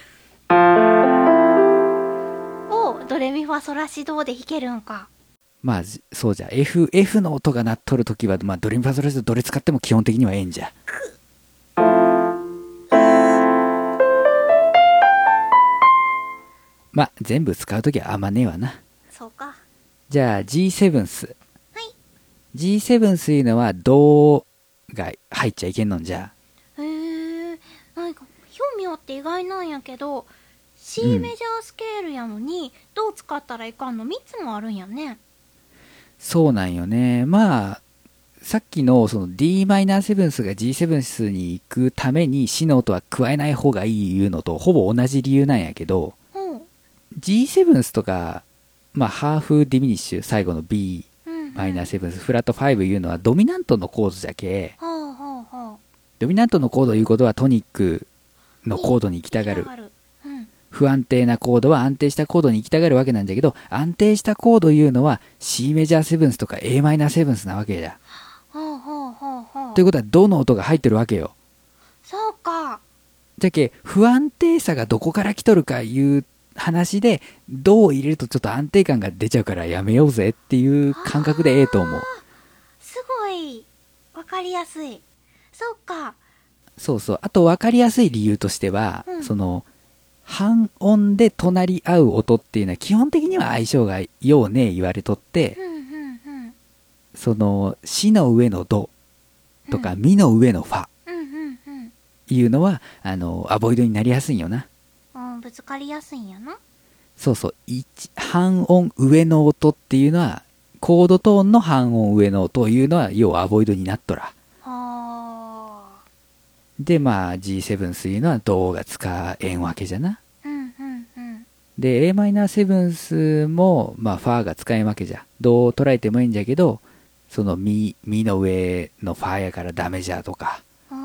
おドレミファソラシドで弾けるんか。 まあそうじゃ。 F, F の音が鳴っとるときは、まあ、ドレミファソラシドどれ使っても基本的にはええんじゃ。まあ全部使うときはあんまねえわな。 そうか。 じゃあ ジーセブン ス。 はい。 ジーセブン スいうのはドが入っちゃいけんのんじゃ。 へえ、なんか興味あって意外なんやけど、 C メジャースケールやのに、どう使ったらいかんのみっつもあるんやね。 そうなんよね。まあさっきのその ディーマイナーセブン スが ジーセブン スに行くために C の音は加えない方がいいいうのとほぼ同じ理由なんやけど、 うん、 ジーセブン スとか、まあ、ハーフディミニッシュ最後の B うんうん、 マイナーセブンスフラットファイブいうのはドミナントのコードじゃけ、 はあはあはあ、 ドミナントのコードいうことはトニックのコードに行きたがる。 うん、 不安定なコードは安定したコードに行きたがるわけなんじゃけど、安定したコードいうのは C メジャーセブンスとか A マイナーセブンスなわけじゃ。 はあはあはあはあ、 ということはどの音が入ってるわけよ。 そうか。 じゃけ不安定さがどこから来とるかいう話で、ドを入れるとちょっと安定感が出ちゃうからやめようぜっていう感覚でええと思う。 すごいわかりやすい。そうか。 そうそう。あと分かりやすい理由としては、 うん、 その半音で隣り合う音っていうのは基本的には相性がようねえ言われとって、 うんうんうん、 そのシの上のドとか、うん、ミの上のファいうのはあのアボイドになりやすいんよな。 うん、ぶつかりやすいんやな。 そうそう。半音上の音っていうのはコードトーンの半音上の音というのは要はアボイドになっとら。 はでまあ ジーセブン スいうのはドが使えんわけじゃな。 うんうんうん。 で エーマイナーセブン スもまあファーが使えんわけじゃ。ドを捉えてもいいんじゃけど、そのミミの上のファーやからダメじゃとか。 うん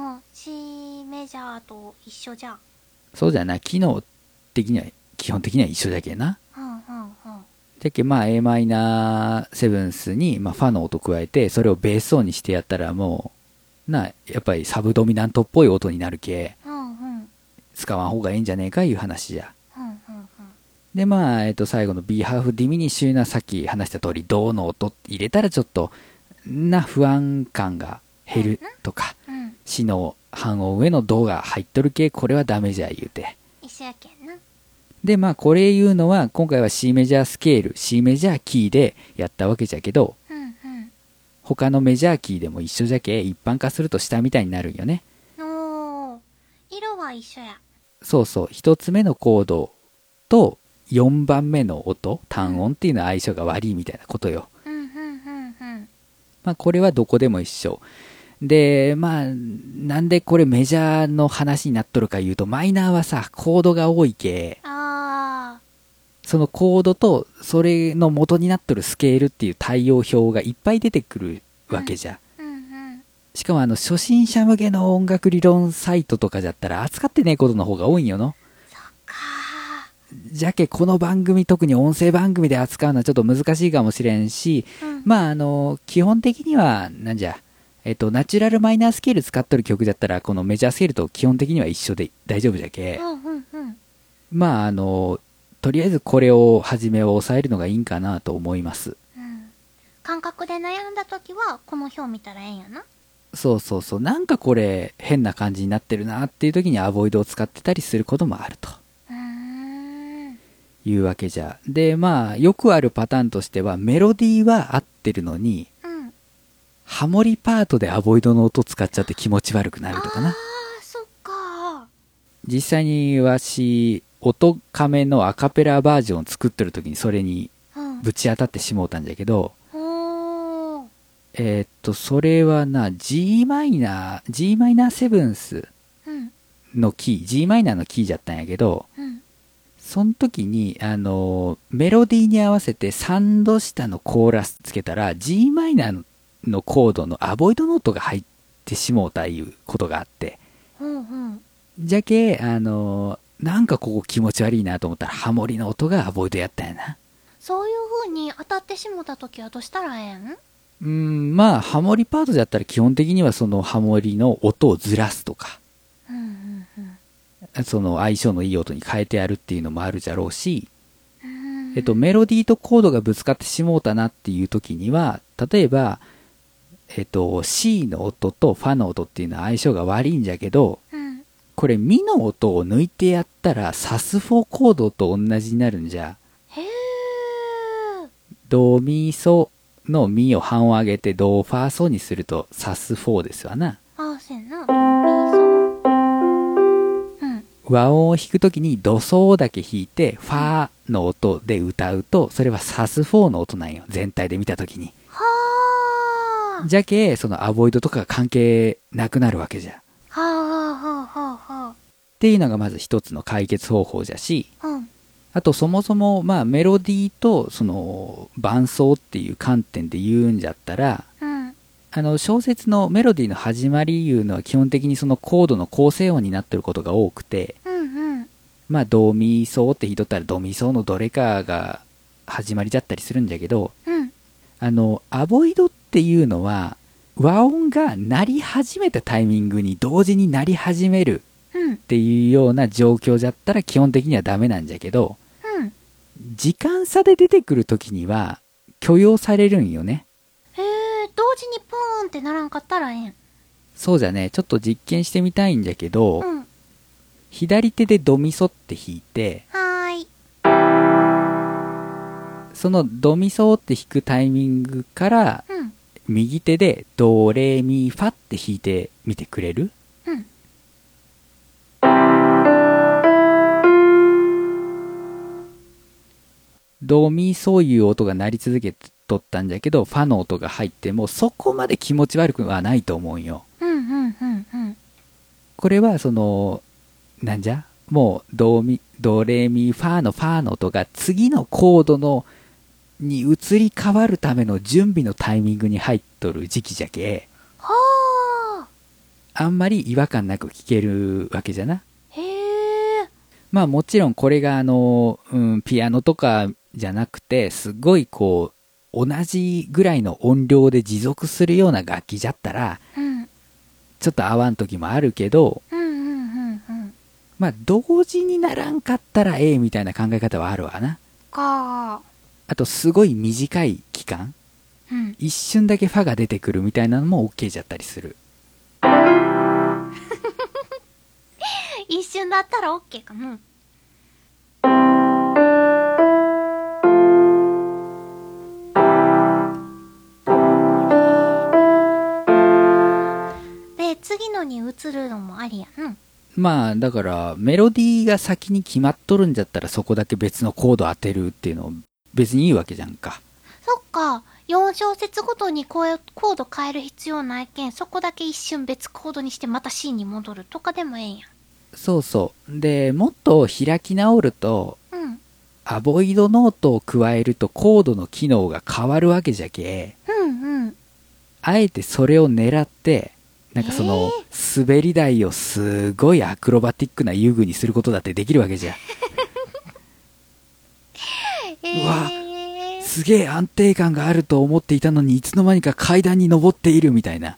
、C メジャーと一緒じゃ。 そうじゃな、機能的には基本的には一緒だけな。 うんうんうん。 じゃけまあ エーマイナーセブン スに、まあ、ファの音加えてそれをベース音にしてやったらもうなやっぱりサブドミナントっぽい音になるけ、 うんうん、 使わん方がいいんじゃねえかいう話じゃ。 うんうんうん、 でまあ、えっと、最後の B ハーフディミニッシュなさっき話した通りドの音入れたらちょっとな不安感が減るとか、 うん、 C の半音上のドが入っとるけこれはダメじゃ言うて。 一緒やけんな。 でまあこれ言うのは今回は C メジャースケール C メジャーキーでやったわけじゃけど、 うんうん、 他のメジャーキーでも一緒じゃけ一般化すると下みたいになるんよね。 おー、色は一緒や。 そうそう。一つ目のコードとよんばんめの音単音っていうのは相性が悪いみたいなことよ。 うんうんうんうん。 まあこれはどこでも一緒で、まあなんでこれメジャーの話になっとるかいうと、マイナーはさコードが多いけ、 あー、 そのコードとそれの元になっとるスケールっていう対応表がいっぱい出てくるわけじゃ、 うんうんうん、 しかもあの初心者向けの音楽理論サイトとかじゃったら扱ってねえことの方が多いんよの。 そっかー。じゃけこの番組特に音声番組で扱うのはちょっと難しいかもしれんし、うん、まああの基本的にはなんじゃえっとナチュラルマイナースケール使っとる曲だったらこのメジャースケールと基本的には一緒で大丈夫じゃけ、 うんうんうん、 まああのとりあえずこれを初めは抑えるのがいいんかなと思います、 うん、感覚で悩んだ時はこの表見たらええんやな。 そうそうそう。なんかこれ変な感じになってるなっていう時にアボイドを使ってたりすることもあるとうーんいうわけじゃ。でまあよくあるパターンとしてはメロディーは合ってるのに、 うん、 ハモリパートでアボイドの音使っちゃって気持ち悪くなるとかな。 あーそっか。 実際にわし音カメのアカペラバージョンを作ってる時にそれにぶち当たってしもうたんじゃけど、 うん、 えーっと、それはな、G マイナー、G マイナーセブンスうんのキー、G マイナーのキーじゃったんやけど、 うんその時に、あの、メロディーに合わせてさんど下のコーラスつけたら、G マイナーのコードのアボイドノートが入ってしもうたいうことがあって、 うんうんじゃけ、あの、なんかここ気持ち悪いなと思ったら、ハモリの音がアボイドやったんやな。 そういう風に当たってしもた時はどうしたらええん？ うーん、まあ、ハモリパートだったら基本的にはそのハモリの音をずらすとか、 うんうんうんその相性のいい音に変えてやるっていうのもあるじゃろうし、 うーんえっと、メロディーとコードがぶつかってしもうたなっていう時には、例えば、えっと、C の音とファの音っていうのは相性が悪いんじゃけど、 うんこれミの音を抜いてやったらサスフォーコードと同じになるんじゃ。 へえドミソのミを半音上げてドファソにするとサスフォーですわな。 あせんなドミソうん和音を弾くときにドソだけ弾いてファの音で歌うと、それはサスフォーの音なんよ、全体で見たときに。 はあじゃけそのアボイドとかが関係なくなるわけじゃ。 はあはあはあはっていうのがまず一つの解決方法じゃし、 あうんあとそもそもまあメロディーとその伴奏っていう観点で言うんじゃったら、 うんあの小説のメロディーの始まりいうのは基本的にそのコードの構成音になってることが多くて、 うんうんまあドミソって弾いとったらドミソのどれかが始まりじゃったりするんじゃけど、 うんあのアボイドっていうのは和音が鳴り始めたタイミングに同時に鳴り始めるうんっていうような状況じゃったら基本的にはダメなんじゃけど、 うん時間差で出てくるときには許容されるんよね。 へえ同時にポーンってならんかったらええんそうじゃね、ちょっと実験してみたいんじゃけど、 うん左手でドミソって弾いて、 はーいそのドミソって弾くタイミングからうん右手でドレミファって弾いてみてくれる？ うんドミソいう音が鳴り続けとったんじゃけど、ファの音が入ってもそこまで気持ち悪くはないと思うんよ。 うんうんうんうんこれはそのなんじゃもうドミドレミファのファの音が次のコードのに移り変わるための準備のタイミングに入っとる時期じゃけ、 はああんまり違和感なく聴けるわけじゃな。 へえまあもちろんこれがあの、うん、ピアノとかじゃなくてすごいこう同じぐらいの音量で持続するような楽器じゃったらうんちょっと合わん時もあるけど、 うんうんうんうんまあ同時にならんかったらええみたいな考え方はあるわな。 かあとすごい短い期間、 うん一瞬だけファが出てくるみたいなのも OK じゃったりする。 一瞬だったら OK かな。で次のに移るのもありやん。 まあだからメロディーが先に決まっとるんじゃったらそこだけ別のコード当てるっていうの別にいいわけじゃんか。 そっか、よん小節ごとにこうコード変える必要ないけん、そこだけ一瞬別コードにしてまた C に戻るとかでもええんや。 そうそうでもっと開き直るとうんアボイドノートを加えるとコードの機能が変わるわけじゃけ、 うんうんあえてそれを狙ってなんかその滑り台をすごいアクロバティックな遊具にすることだってできるわけじゃ。 えうわー、 すげえ安定感があると思っていたのにいつの間にか階段に登っているみたいな、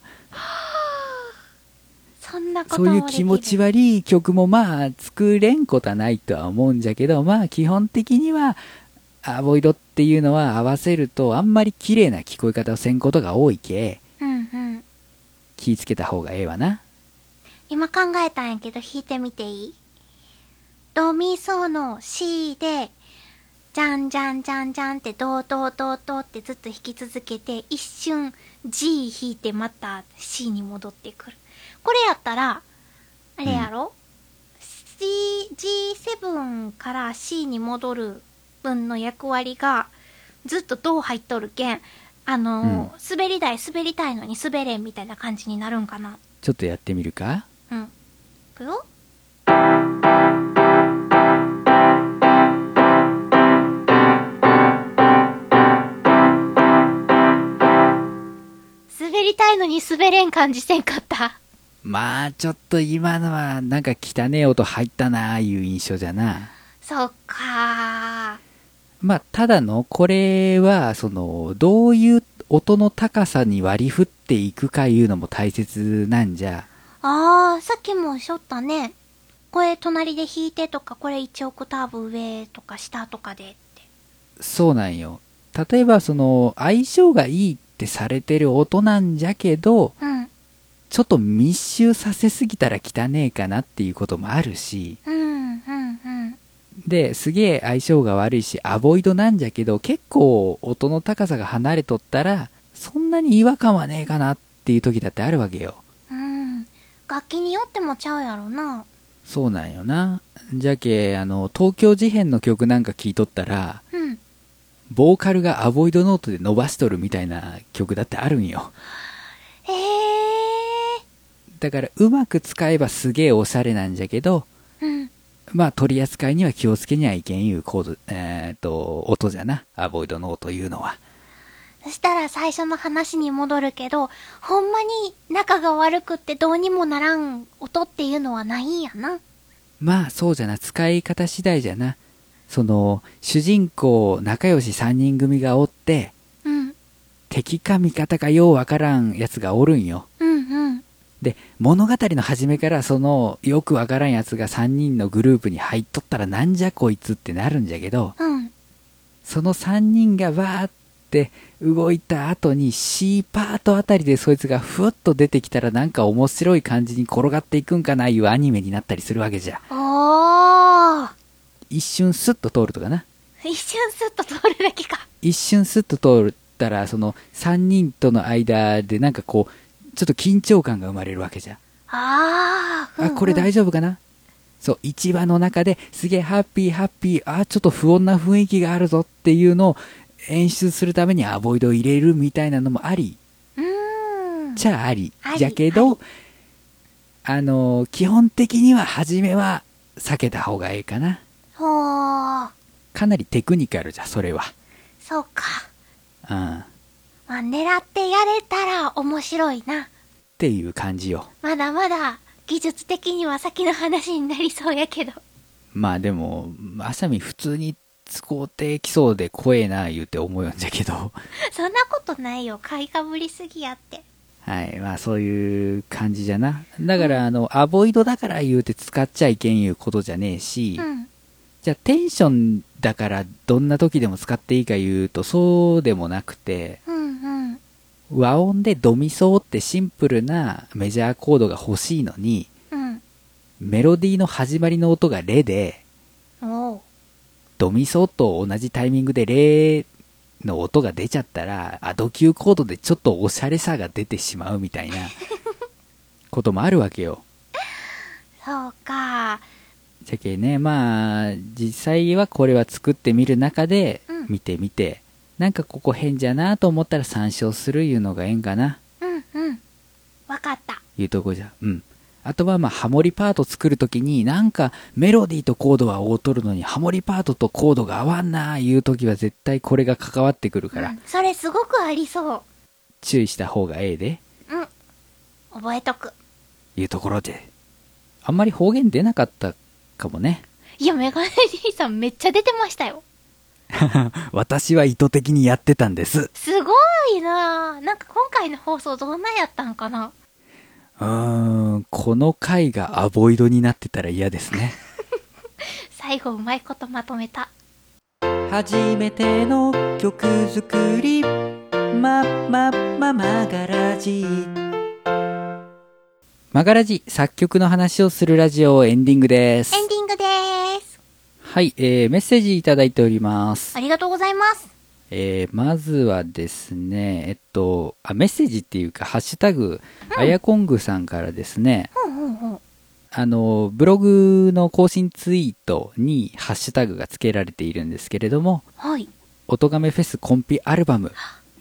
そんなことそういうもできる。 気持ち悪い曲もまあ作れんことはないとは思うんじゃけど、まあ基本的にはアボイドっていうのは合わせるとあんまり綺麗な聞こえ方をせんことが多いけ、 うんうん気ぃつけた方がええわな。 今考えたんやけど弾いてみていい？ドミソの C でじゃんじゃんじゃんじゃんってドドドドってずっと弾き続けて一瞬 G 弾いてまた C に戻ってくる。これやったらあれやろ、C、ジーセブン から C に戻る分の役割がずっとド入っとるけんあのーうん滑り台滑りたいのに滑れんみたいな感じになるんかな。 ちょっとやってみるか。 うん。いくよ。滑りたいのに滑れん感じせんかった。 まあちょっと今のはなんか汚ねえ音入ったなあいう印象じゃな。 そっかまあただのこれはそのどういう音の高さに割り振っていくかいうのも大切なんじゃ。 ー。あー、さっきもおっしゃったね。これ隣で弾いてとか、これいちオクターブ上とか下とかでって。 そうなんよ。例えばその相性がいいってされてる音なんじゃけど、 うん。 ちょっと密集させすぎたら汚ねえかなっていうこともあるし、 うん、うん、うん。 ですげえ相性が悪いしアボイドなんじゃけど、結構音の高さが離れとったらそんなに違和感はねえかなっていう時だってあるわけよ。 うん。楽器によってもちゃうやろな。 そうなんよな。じゃけあの東京事変の曲なんか聴いとったら、 うん。 ボーカルがアボイドノートで伸ばしとるみたいな曲だってあるんよ。 へえ。 だからうまく使えばすげえおしゃれなんじゃけど、 うん。 まあ取り扱いには気をつけにはいけんいうコード、えー、と音じゃな、アボイドノートいうのは。 そしたら最初の話に戻るけど、ほんまに仲が悪くってどうにもならん音っていうのはないんやな。 まあそうじゃな、使い方次第じゃな。その主人公仲良しさんにん組がおって、 うん。 敵か味方かようわからんやつがおるんよ。 うんうん。 で物語の初めからそのよくわからんやつがさんにんのグループに入っとったらなんじゃこいつってなるんじゃけど、 うん。 そのさんにんがわーって動いた後に C パートあたりでそいつがふわっと出てきたらなんか面白い感じに転がっていくんかないうアニメになったりするわけじゃ。 おー。 一瞬スッと通るとかな。 一瞬スッと通るだけか。 一瞬スッと通ったらそのさんにんとの間でなんかこうちょっと緊張感が生まれるわけじゃ。 あー。 あ、これ大丈夫かな。そう、一話の中ですげえハッピーハッピー、あ、ちょっと不穏な雰囲気があるぞっていうのを演出するためにアボイドを入れるみたいなのもあり、 うーん。 じゃあありありじゃけど、あの基本的には初めは避けた方がいいかな。 ほー。 かなりテクニカルじゃ、それは。 そうか。 うん。 まあ、狙ってやれたら面白いな。 っていう感じよ。 まだまだ技術的には先の話になりそうやけど。 まあでも、あさみ普通に使うてきそうで怖えな言うて思うんじゃけど。 そんなことないよ。買いかぶりすぎやって。 はい。まあそういう感じじゃな。だからあの、アボイドだから言うて使っちゃいけんいうことじゃねえし、 うん。 じゃあテンションだからどんな時でも使っていいか言うとそうでもなくて、 うんうん。 和音でドミソってシンプルなメジャーコードが欲しいのに、 うん。 メロディーの始まりの音がレで、 おう。 ドミソと同じタイミングでレの音が出ちゃったら、アド級コードでちょっとおしゃれさが出てしまうみたいなこともあるわけよ。 そうか。 じゃけね、まあ、実際はこれは作ってみる中でうん見てみて、なんかここ変じゃなと思ったら参照するいうのがええんかな、 うんうん。わかった。 いうとこじゃ。うん。あとはまあハモリパート作るときになんかメロディーとコードは合うとるのにハモリパートとコードが合わんなーいうときは絶対これが関わってくるから、 うん、それすごくありそう。 注意した方がええで、 うん。覚えとく。 いうところで。あんまり方言出なかったかもね。 いや、メガネじいさんめっちゃ出てましたよ。 私は意図的にやってたんです。 すごいなぁ。なんか今回の放送どんなやったんかな。 うーん、この回がアボイドになってたら嫌ですね。 最後うまいことまとめた。 初めての曲作り、ま、ま、ま、マガラジ。マガラジ、作曲の話をするラジオエンディングです。 エンディングでーす。 はい、えー、メッセージいただいております。 ありがとうございます。 えー、まずはですね、えっと、あ、メッセージっていうか、ハッシュタグ、うん、あやこんぐさんからですね、 ほうほうほう。 あの、ブログの更新ツイートにハッシュタグが付けられているんですけれども、 はい。 おとがめフェスコンピアルバム、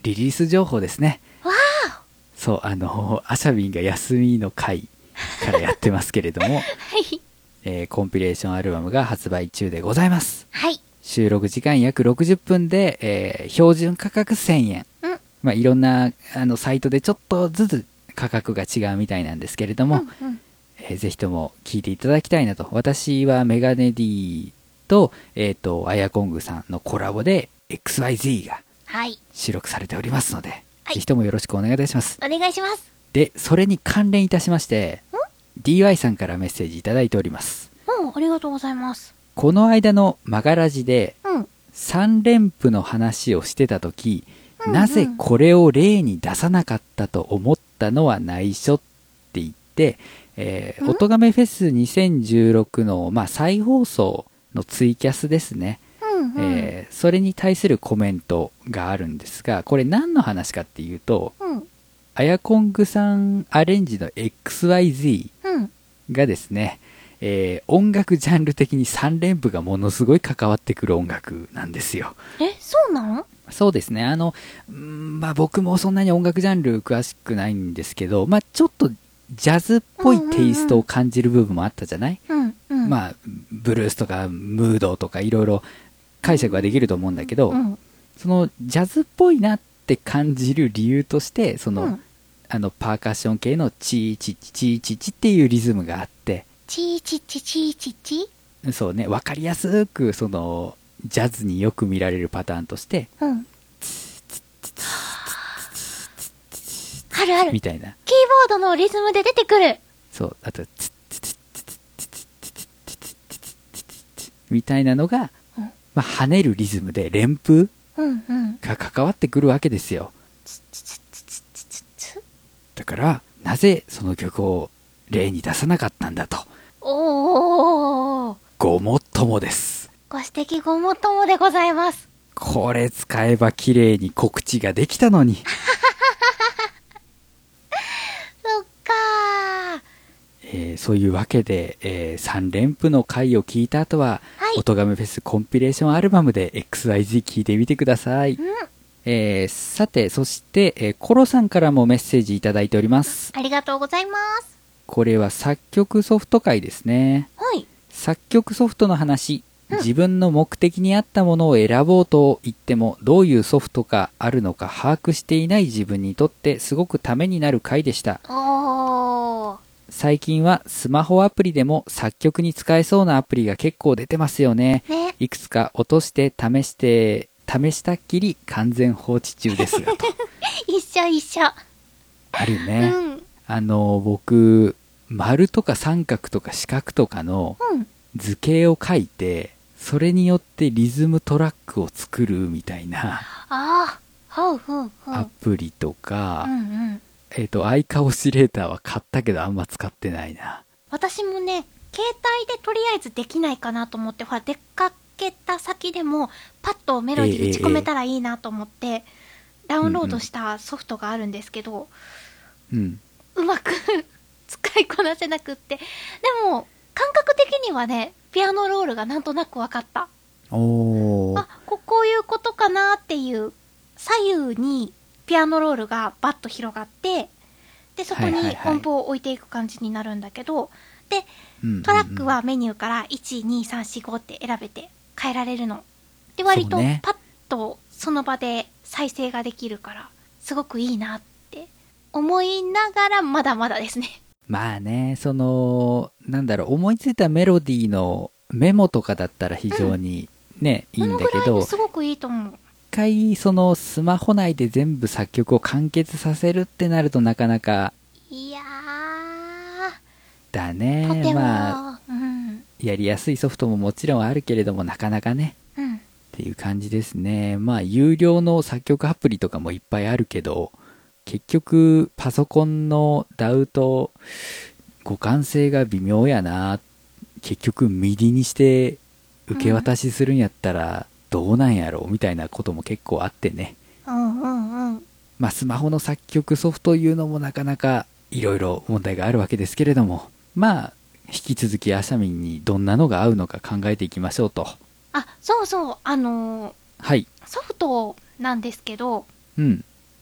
リリース情報ですね。 わそう、あの、アシャビンが休みの回からやってますけれども、 ーはいえーコンピレーションアルバムが発売中でございます。 はい収録時間約ろくじゅっぷんで、えー標準価格せんえん。 うんまあ、いろんなあのサイトでちょっとずつ価格が違うみたいなんですけれども、 うんうんえーぜひとも聞いていただきたいなと。私はメガネ D と、えっ、と、アヤコングさんのコラボで エックスワイゼット がはい収録されておりますので、 はいぜひともよろしくお願いいたします。 お願いします。 で、それに関連いたしまして、ディーワイ さんからメッセージいただいております。 うんありがとうございます。 この間のマガラジでうんさん連符の話をしてた時、 うんうんなぜこれを例に出さなかったと思ったのは内緒って言って、えー、 んおとがめフェスにせんじゅうろくの、まあ、再放送のツイキャスですね、 うんうんえーそれに対するコメントがあるんですが、これ何の話かっていうと、 うんアヤコングさんアレンジの エックスワイゼットうんがですね、えー音楽ジャンル的にさん連符がものすごい関わってくる音楽なんですよ。 えそうなの？ そうですね。あの、うんまあ僕もそんなに音楽ジャンル詳しくないんですけど、まあちょっとジャズっぽいテイストを感じる部分もあったじゃない、 うんうんまあブルースとかムードとかいろいろ解釈はできると思うんだけど、 うんそのジャズっぽいなって感じる理由としてその、 うんあのパーカッション系のチーチッチチーチッチっていうリズムがあって、 チーチッチチーチッチそうね、わかりやすくそのジャズによく見られるパターンとしてうんあるあるみたいな、 キーボードのリズムで出てくる。 そうあとツッツッツッツッツッツッツッツッツッツッツッツッツッみたいなのが、 うんまあ、跳ねるリズムで連符うんうんが関わってくるわけですよ。 ツツツツツツツツだからなぜその曲を例に出さなかったんだと、 おーごもっともです。 ご指摘ごもっともでございます。 これ使えば綺麗に告知ができたのにそっかえーそういうわけで、えさん連符の回を聞いた後は、 はいおとがめフェスコンピレーションアルバムで エックスワイゼット 聞いてみてください。 ー。うん。 えーさて、そして、えーコロさんからもメッセージいただいております。 ありがとうございます。 これは作曲ソフト回ですね。 はい。 作曲ソフトの話、自分の目的に合ったものを選ぼうと言っても、どういうソフトがあるのか把握していない自分にとってすごくためになる回でした。 おー。 最近はスマホアプリでも作曲に使えそうなアプリが結構出てますよね。 ね。 いくつか落として試して試したっきり完全放置中ですがと一緒一緒。 あるうね、 ん。 あの僕丸とか三角とか四角とかのうん。 図形を書いてそれによってリズムトラックを作るみたいなああ。ほうほうほう。 アプリとか、 うんうん。 えっ、とアイカオシレーターは買ったけどあんま使ってないな。 私もね、携帯でとりあえずできないかなと思って、ほら、出かけた先でも、パッとメロディー打ち込めたらいいなと思って、ダウンロードしたソフトがあるんですけど、 うんうまく使いこなせなくって。でも、感覚的にはね、ピアノロールがなんとなく分かった。 おーあ、ここういうことかなっていう、左右にピアノロールがバッと広がって、で、そこにはいはいはい音符を置いていく感じになるんだけど、で、 うんうんうんトラックはメニューからいち、に、さん、よん、ごって選べて変えられるの。で、割とそうねパッとその場で再生ができるから、すごくいいなって思いながらまだまだですね。 まあね、その、なんだろう、思いついたメロディーのメモとかだったら非常にね、いいんだけこのぐらいど、 ですごくいいと思う。 一回そのスマホ内で全部作曲を完結させるってなるとなかなかいやー、 だとね。 ても、 まあ、 うん、 やりやすいソフトももちろんあるけれども、なかなかね、 うん。 っていう感じですね。まあ、有料の作曲アプリとかもいっぱいあるけど、結局、パソコンのダウと互換性が微妙やな。結局、ミディにして受け渡しするんやったらどうなんやろうみたいなことも結構あってね。 うんうんうん。 まあ、スマホの作曲ソフトいうのもなかなかいろいろ問題があるわけですけれども、まあ、引き続きアシャミンにどんなのが合うのか考えていきましょうと。 あ、そうそう、あのーはい。 ソフトなんですけど、 うん。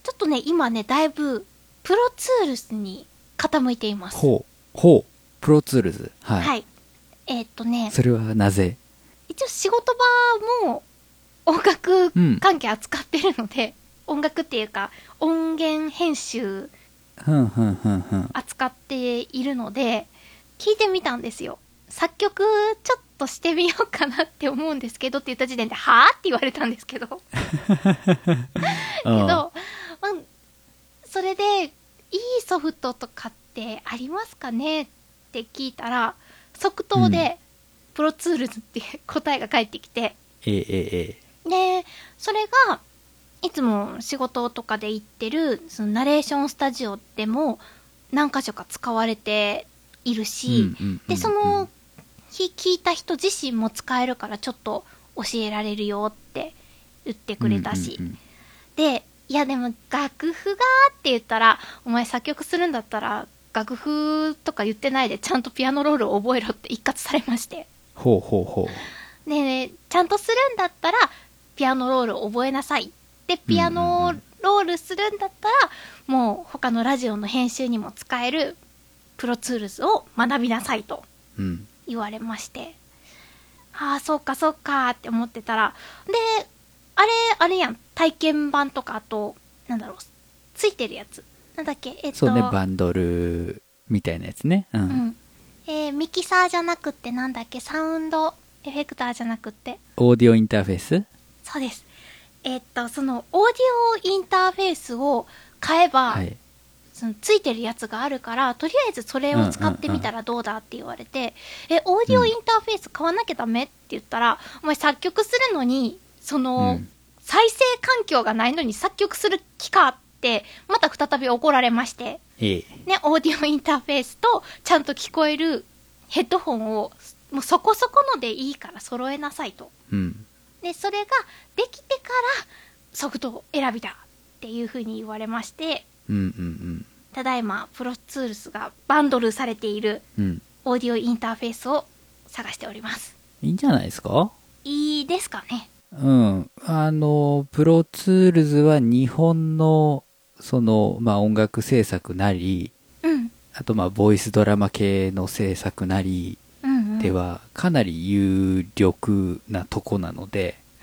ちょっとね、今ね、だいぶ、プロツールスに傾いています。 ほう。ほう。プロツールズ。はい。 はい。えーっとね、 それはなぜ？ 一応仕事場も音楽関係扱ってるので、うん、音楽っていうか、音源編集ふんふんふんふん。 扱っているので、聞いてみたんですよ。作曲ちょっとしてみようかなって思うんですけどって言った時点で、はぁって言われたんですけど。けど、まあ、それで、いいソフトとかってありますかねって聞いたら、即答で、プロツールズっていう答えが返ってきて、 ええええ。 で、それが、いつも仕事とかで行ってる、そのナレーションスタジオでも何箇所か使われているし、で、その日聞いた人自身も使えるからちょっと教えられるよって言ってくれたし、 うんうんうん、 で、いやでも楽譜がって言ったら、お前作曲するんだったら楽譜とか言ってないでちゃんとピアノロールを覚えろって一括されまして。 ほうほうほう。 で、ね、ちゃんとするんだったらピアノロールを覚えなさい。で、ピアノロールするんだったら、もう他のラジオの編集にも使えるプロツールズを学びなさいと言われまして、うん、ああ、そうかそうかって思ってたら、で、あれ、あれやん、体験版とか、あと、なんだろう、ついてるやつ。なんだっけ、えっと。 そうね、バンドルみたいなやつね。うん。うん、 えー、ミキサーじゃなくってなんだっけ、サウンドエフェクターじゃなくって。 オーディオインターフェース？ そうです。えー、っと、その、オーディオインターフェースを買えば、はい、そのついてるやつがあるから、とりあえずそれを使ってみたらどうだって言われて、うんうんうん、え、オーディオインターフェース買わなきゃダメって言ったら、お前作曲するのに、その、うん、再生環境がないのに作曲する気かって、また再び怒られまして、 ええ、 ね、オーディオインターフェースとちゃんと聞こえるヘッドホンを、もうそこそこのでいいから揃えなさいと。 うん、 で、それができてからソフトを選びだっていう風に言われまして、 うんうんうん、 ただいまプロツールスがバンドルされているオーディオインターフェースを探しております。 いいんじゃないですか？ いいですかね。 うん。あの、プロツールズは日本の、その、まあ音楽制作なり、 うん、 あとまあボイスドラマ系の制作なりではかなり有力なとこなので、 うん、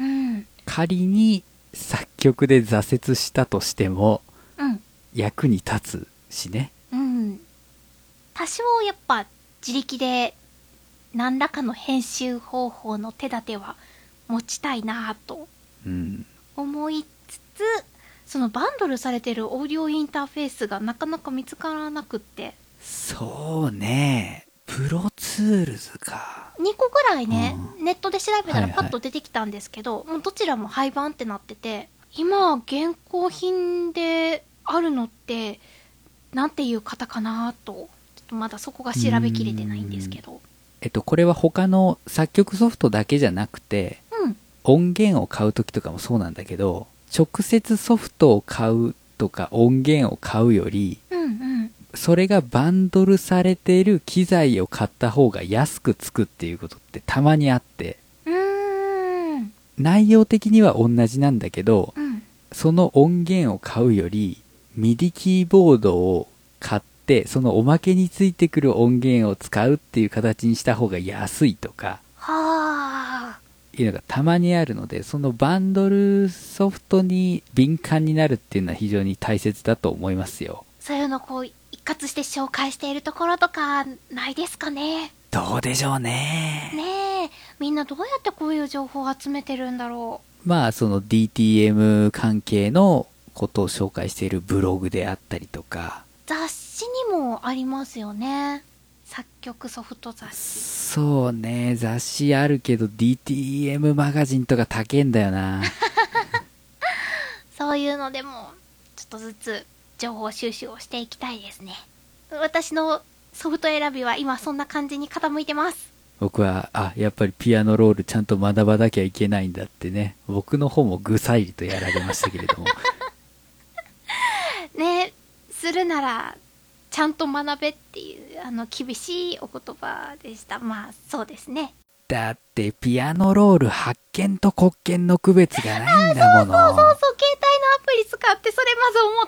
仮に作曲で挫折したとしても、 うん、 役に立つしね。 うん。多少やっぱ自力で何らかの編集方法の手立ては持ちたいなぁと思いつつ、うん、そのバンドルされてるオーディオインターフェースがなかなか見つからなくって。 そうね、プロツールズか。 にこぐらいね、うん、ネットで調べたらパッと出てきたんですけど、はいはい、もうどちらも廃盤ってなってて、今現行品であるのってなんていう方かなと、ちょっとまだそこが調べきれてないんですけど、 えっとこれは他の作曲ソフトだけじゃなくて、 うん、 音源を買う時とかもそうなんだけど、直接ソフトを買うとか音源を買うより、 うんうん、 それがバンドルされている機材を買った方が安くつくっていうことってたまにあって、 うーん、 内容的には同じなんだけど、 うん、 その音源を買うよりミディキーボードを買ってそのおまけについてくる音源を使うっていう形にした方が安いとかはーいうのがたまにあるので、そのバンドルソフトに敏感になるっていうのは非常に大切だと思いますよ。 そういうのこう一括して紹介しているところとかないですかね。 どうでしょうね。 ねえ、みんなどうやってこういう情報を集めてるんだろう。まあその ディーティーエム 関係のことを紹介しているブログであったりとか、 雑誌にもありますよね、作曲ソフト雑誌。 そうね、雑誌あるけど ディーティーエム マガジンとか高えんだよなそういうのでもちょっとずつ情報収集をしていきたいですね。私のソフト選びは今そんな感じに傾いてます。 僕はあやっぱりピアノロールちゃんと学ばなきゃいけないんだってね、僕の方もぐさりとやられましたけれどもね、するならちゃんと学べっていうあの厳しいお言葉でした。まあそうですね。 だってピアノロール発見と黒鍵の区別がないんだもの。 そうそうそうそう、携帯のアプリ使ってそれまず思っ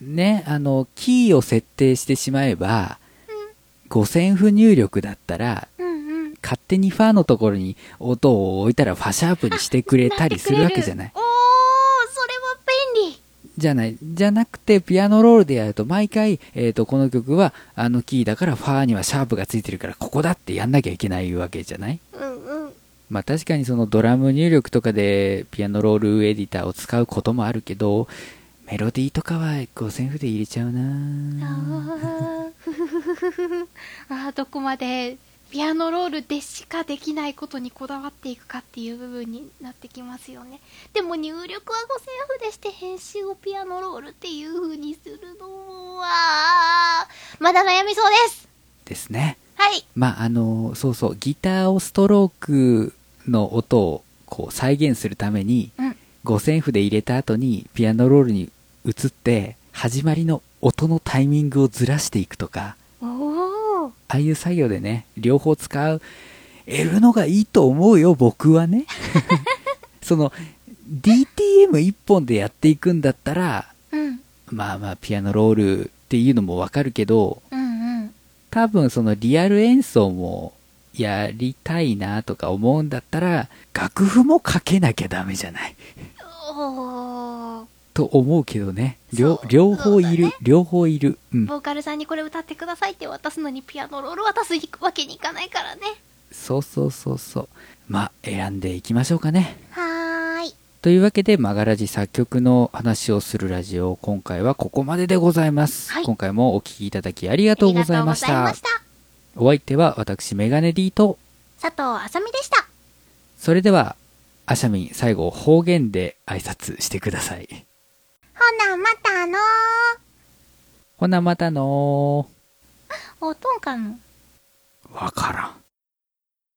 ね、あの、キーを設定してしまえば、五線譜入力だったら、 うんうん。 勝手にファのところに音を置いたらファシャープにしてくれたりするわけじゃない。 おー、それは便利。 じゃない。じゃなくて、ピアノロールでやると、毎回、えっと、この曲は、あのキーだから、ファーにはシャープがついてるから、ここだってやんなきゃいけないわけじゃない。 うんうん。 まあ確かにそのドラム入力とかで、ピアノロールエディターを使うこともあるけど、メロディーとかは五線譜で入れちゃうなあー、ふふふふふふ。あー、どこまでピアノロールでしかできないことにこだわっていくかっていう部分になってきますよね。でも入力は五線譜でして編集をピアノロールっていう風にするのはまだ悩みそうです。 ですね。 はい。 まああの、そうそう、ギターをストロークの音をこう再現するために、 うん。 五線譜で入れた後にピアノロールに移って始まりの音のタイミングをずらしていくとか、 おー。 ああいう作業でね、両方使うえるのがいいと思うよ、僕はね。その ディーティーエム 一本でやっていくんだったら、 うん。 まあまあピアノロールっていうのもわかるけど、 うんうん。 多分そのリアル演奏もやりたいなとか思うんだったら、楽譜もかけなきゃダメじゃない。 おー。 と思うけどね。両そう両方いる、 そうだね両方いる。うん。 ボーカルさんにこれ歌ってくださいって渡すのにピアノロール渡すわけにいかないからね。 そうそうそうそう。まあ、選んでいきましょうかね。 はーい。 というわけで、マガラジ作曲の話をするラジオ、今回はここまででございます。 はい今回もお聴きいただきありがとうございましありがとうございまたし。た。 お相手は私、メガネ D と、 佐藤あさみでした。 それでは、アシャミン、最後方言で挨拶してください。 ほなまたのー。 ほなまたのー。 おとんかの。 わか